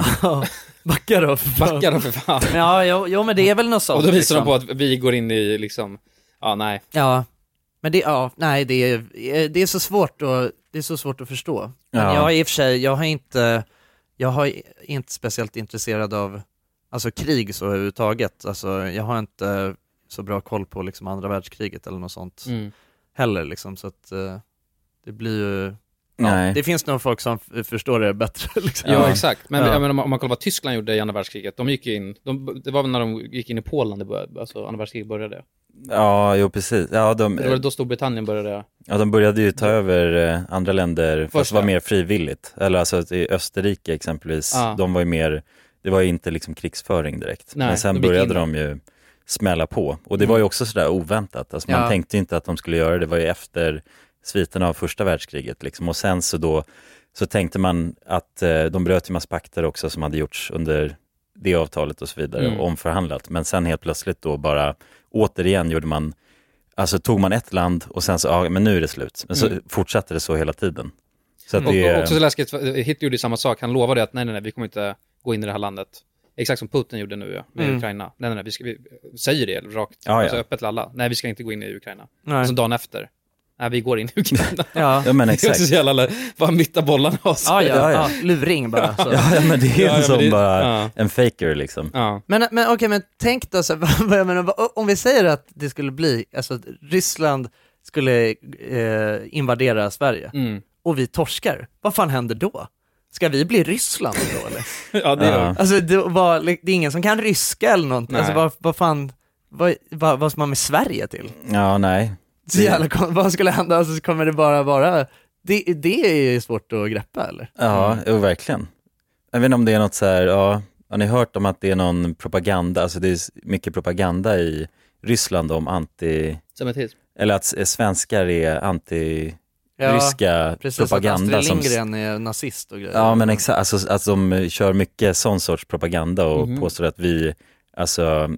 Backa då för fan. Backa då för fan. Ja, jo, jo men det är väl något sånt. Och då visar liksom. de på att vi går in i liksom, ja nej. Ja, men det, ja, nej det är, det är så svårt att, det är så svårt att förstå. Men Ja. jag i och för sig, jag har inte, jag har inte speciellt intresserad av, alltså krig så överhuvudtaget. Alltså jag har inte så bra koll på liksom andra världskriget eller något sånt Mm. heller liksom, så att uh, det blir ju, Nej. ja, det finns nog folk som f- förstår det bättre liksom. Ja, exakt. Men Ja. jag menar, om man- om man kollar vad Tyskland gjorde i andra världskriget, de gick ju in, de, det var väl när de gick in i Polen, det började, alltså andra världskriget började. Ja, jo precis. Ja, de, Det var då Storbritannien började. ja, de började ju ta över eh, andra länder fast Först, det var ja. mer frivilligt. Eller alltså i Österrike exempelvis, Ja. de var ju mer, det var ju inte liksom krigsföring direkt. Nej, men sen de gick började in. de ju smälla på. Och det Mm. var ju också sådär oväntat. Alltså man Ja. tänkte ju inte att de skulle göra det. Det var ju efter sviterna av första världskriget liksom. Och sen så då så tänkte man att eh, de bröt ju massa pakter också som hade gjorts under det avtalet och så vidare, Mm. och omförhandlat. Men sen helt plötsligt då bara återigen gjorde man, alltså tog man ett land och sen så, ja men nu är det slut. Men så Mm. fortsatte det så hela tiden. Så att Och, det, och också så läskigt, Hitler gjorde samma sak, han lovade att nej nej nej, vi kommer inte gå in i det här landet. Exakt som Putin gjorde nu ja, med Mm. Ukraina. Nej nej nej, vi, ska, vi säger det rakt, Ja, ja. alltså öppet till alla. Nej vi ska inte gå in i Ukraina. Nej. Och så dagen efter, nej vi går in i Ukraina. Ja. ja men Det är också exakt. så jävla, bara mitta bollarna av sig. Ja, ja, Ja, ja, ja. luring bara så. Ja, ja men det är Ja, ja, en men sån det- bara, ja. en faker liksom. Ja. Men, men okej, men tänk då så här, vad jag menar, vad- om vi säger att det skulle bli, alltså att Ryssland skulle eh, invadera Sverige Mm. och vi torskar, vad fan händer då? Ska vi bli Ryssland då eller? Ja det gör Ja. Alltså det, var, det är ingen som kan ryska eller någonting, Nej. alltså vad, vad fan, vad, vad, vad ska man med Sverige till? Ja, nej. Så jävla, kon- vad skulle hända, alltså så kommer det bara vara, det, det är ju svårt att greppa eller? Ja, jo, verkligen. Jag vet inte om det är något så här, ja, har ni hört om att det är någon propaganda, alltså det är mycket propaganda i, Ryssland om anti... Semitism. Eller att s- svenskar är anti... Ja, ryska precis, propaganda att Astrid som... Lindgren är nazist och grejer. Ja, men exakt. Alltså, att de kör mycket sån sorts propaganda och Mhm. påstår att vi, alltså,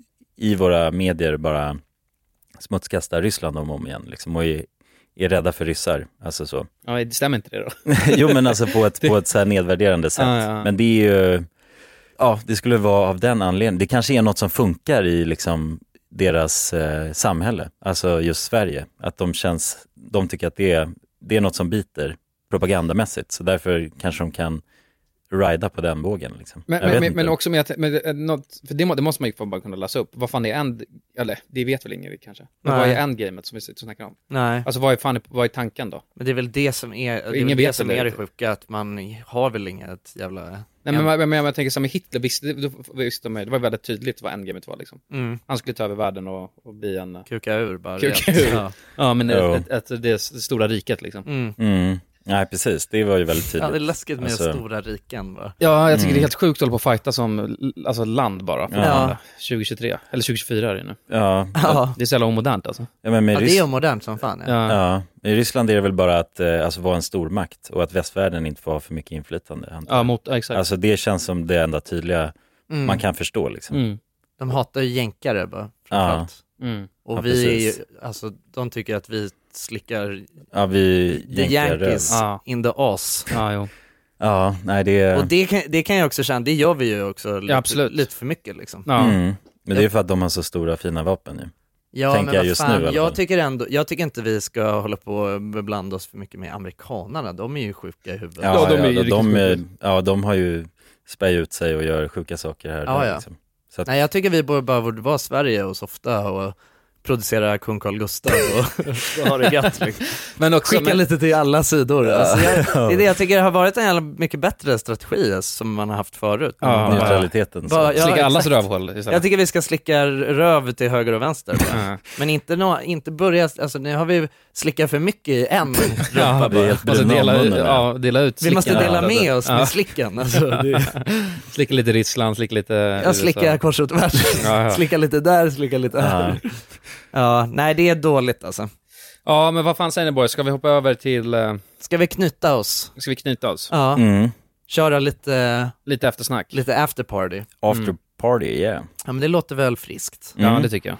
i våra medier bara smutskastar Ryssland om och om igen, liksom, och är, är rädda för ryssar. Alltså så. Ja, det stämmer inte det då? Jo, men alltså på ett, på ett så här nedvärderande sätt. Ja, ja. Men det är ju, ja, det skulle vara av den anledningen. Det kanske är något som funkar i liksom deras eh, samhälle, alltså just Sverige. Att de känns, de tycker att det är, det är något som biter propagandamässigt. Så därför kanske de kan rida på den vågen. Liksom. Men, Jag vet men, inte. men också med att, med, eh, något, för det, må, det måste man ju få bara kunna läsa upp. Vad fan är end, eller det vet väl ingen kanske. Men Nej. vad är endgamet som vi sitter och snackar om? Nej. Alltså vad är, fan, vad är tanken då? Men det är väl det som är, det är, Ingen väl det vet som väl är det det. sjuka, att man har väl inget jävla... Nej, men, men, men jag tänker som med Hitler, visste, då, visste de, det var väldigt tydligt vad endgamet var liksom. Mm. Han skulle ta över världen och, och bli en... Kuka ur bara. Kuka rent. ur. Ja. Ja, men Jo. ett, ett, ett, det stora riket liksom. Mm. Mm. Nej, precis. Det var ju väldigt tydligt. Ja, det är läskigt med Alltså- stora riken bara. Ja, jag tycker Mm. det är helt sjukt att hålla på och fighta som alltså land bara. Ja. tjugo tjugotre, eller tjugo tjugofyra är det nu. Ja. Ja. Det är så jävla omodernt alltså. Ja, men med Ja, det Rys- är ju modernt som fan. Ja. Ja. Ja, i Ryssland är det väl bara att eh, alltså, vara en stormakt och att västvärlden inte får ha för mycket inflytande. antar jag. Ja, mot, ja, exakt. Alltså det känns som det enda tydliga Mm. man kan förstå liksom. Mm. De hatar ju jänkare bara, Ja. framförallt. Mm. Och Ja, vi är ju, precis. alltså de tycker att vi slickar Ja, vi the jänkar Yankees Ja. in the ass. Ja, jo. Ja, nej det är... Och det kan, det kan jag också känna, det gör vi ju också lite, Ja, absolut. lite för mycket liksom. Ja. Mm. Men det är för att de har så stora fina vapen nu. Ja, tänker men jag vad just fan, nu i alla jag fall. tycker ändå, jag tycker inte vi ska hålla på och beblanda oss för mycket med amerikanerna, de är ju sjuka i huvudet. Ja, Ja, de de, är ju ja, riktigt de, är, sjuka. ja, de har ju spär ut sig och gör sjuka saker här. Ja, där, ja. Liksom. Så att, Nej, jag tycker vi borde bara borde vara Sverige och softa och producera kung Carl Gustaf och, och ha det gött liksom. Men också, Skicka men, lite till alla sidor. Alltså, jag, Ja. det är det jag tycker har varit en jävla mycket bättre strategi alltså, som man har haft förut. Ja, Bara- neutraliteten. Så. bara- ja, slicka allas exakt. rövhål istället. Jag tycker vi ska slicka röv till höger och vänster. Ja. Men inte, nå, inte börja, alltså nu har vi slickat för mycket i en rumpa Ja, det är bara. helt Och så bruna dela, om ut, munnen, ja, dela ut Vi måste slickan. dela Ja, med oss ja. med slicken. Alltså, det, Slicka lite Ryssland, slicka lite... jag slickar kors och tvärs. Ja, ja. Slicka lite där, slicka lite här. Ja. Ja, nej det är dåligt alltså. Ja, men vad fan säger ni boys? Ska vi hoppa över till... eh, Ska vi knyta oss? Ska vi knyta oss? Ja, Mm. köra lite, Lite eftersnack. lite after party. After Mm. party, yeah. Ja men det låter väl friskt. Ja, Mm. det tycker jag.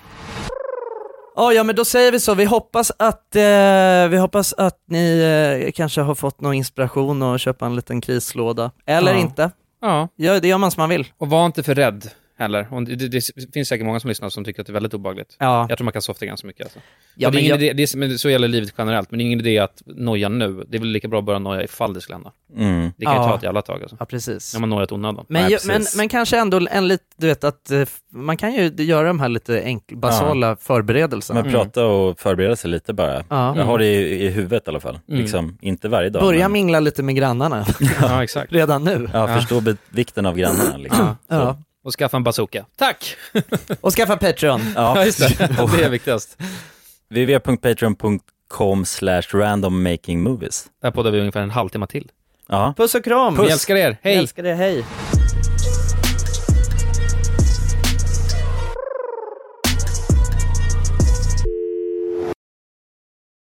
Ja, ja men då säger vi så, vi hoppas att, eh, vi hoppas att ni eh, kanske har fått någon inspiration och köpa en liten krislåda. Eller Ja. inte. Ja, Ja, det gör man som man vill. och var inte för rädd heller. Och det, det, det finns säkert många som lyssnar som tycker att det är väldigt obehagligt. Ja, Jag tror man kan softa ganska mycket alltså. ja Och det är men ingen jag, idé, det är, som- men så gäller livet generellt, men det är ingen idé att noja nu. Det är väl lika bra att börja noja ifall det skulle hända. Mm. Det kan ju Ja. ta ett jävla tag alltså. ja precis. När man nojat onödan. Men, Nej, ju, men, precis. men kanske ändå en lite, du vet att eh, man kan ju göra de här lite enkla, basala förberedelserna. Men prata och förbereda sig lite bara. Ja. Jag har det i, i huvudet i alla fall. Mm. Liksom, inte varje dag. Börja men, mingla lite med grannarna Ja, exakt. redan nu. ja, Ja. förstå be- vikten av grannarna. Liksom. Ja. Ja. Och skaffa en bazooka. Tack! Och skaffa Patreon. Ja, just det. Det är viktigast. w w w punkt patreon punkt com slash random making movies. Där poddar vi ungefär en halvtimme till. Ja. Puss och kram. Vi älskar er. Hej! Jag älskar det, hej.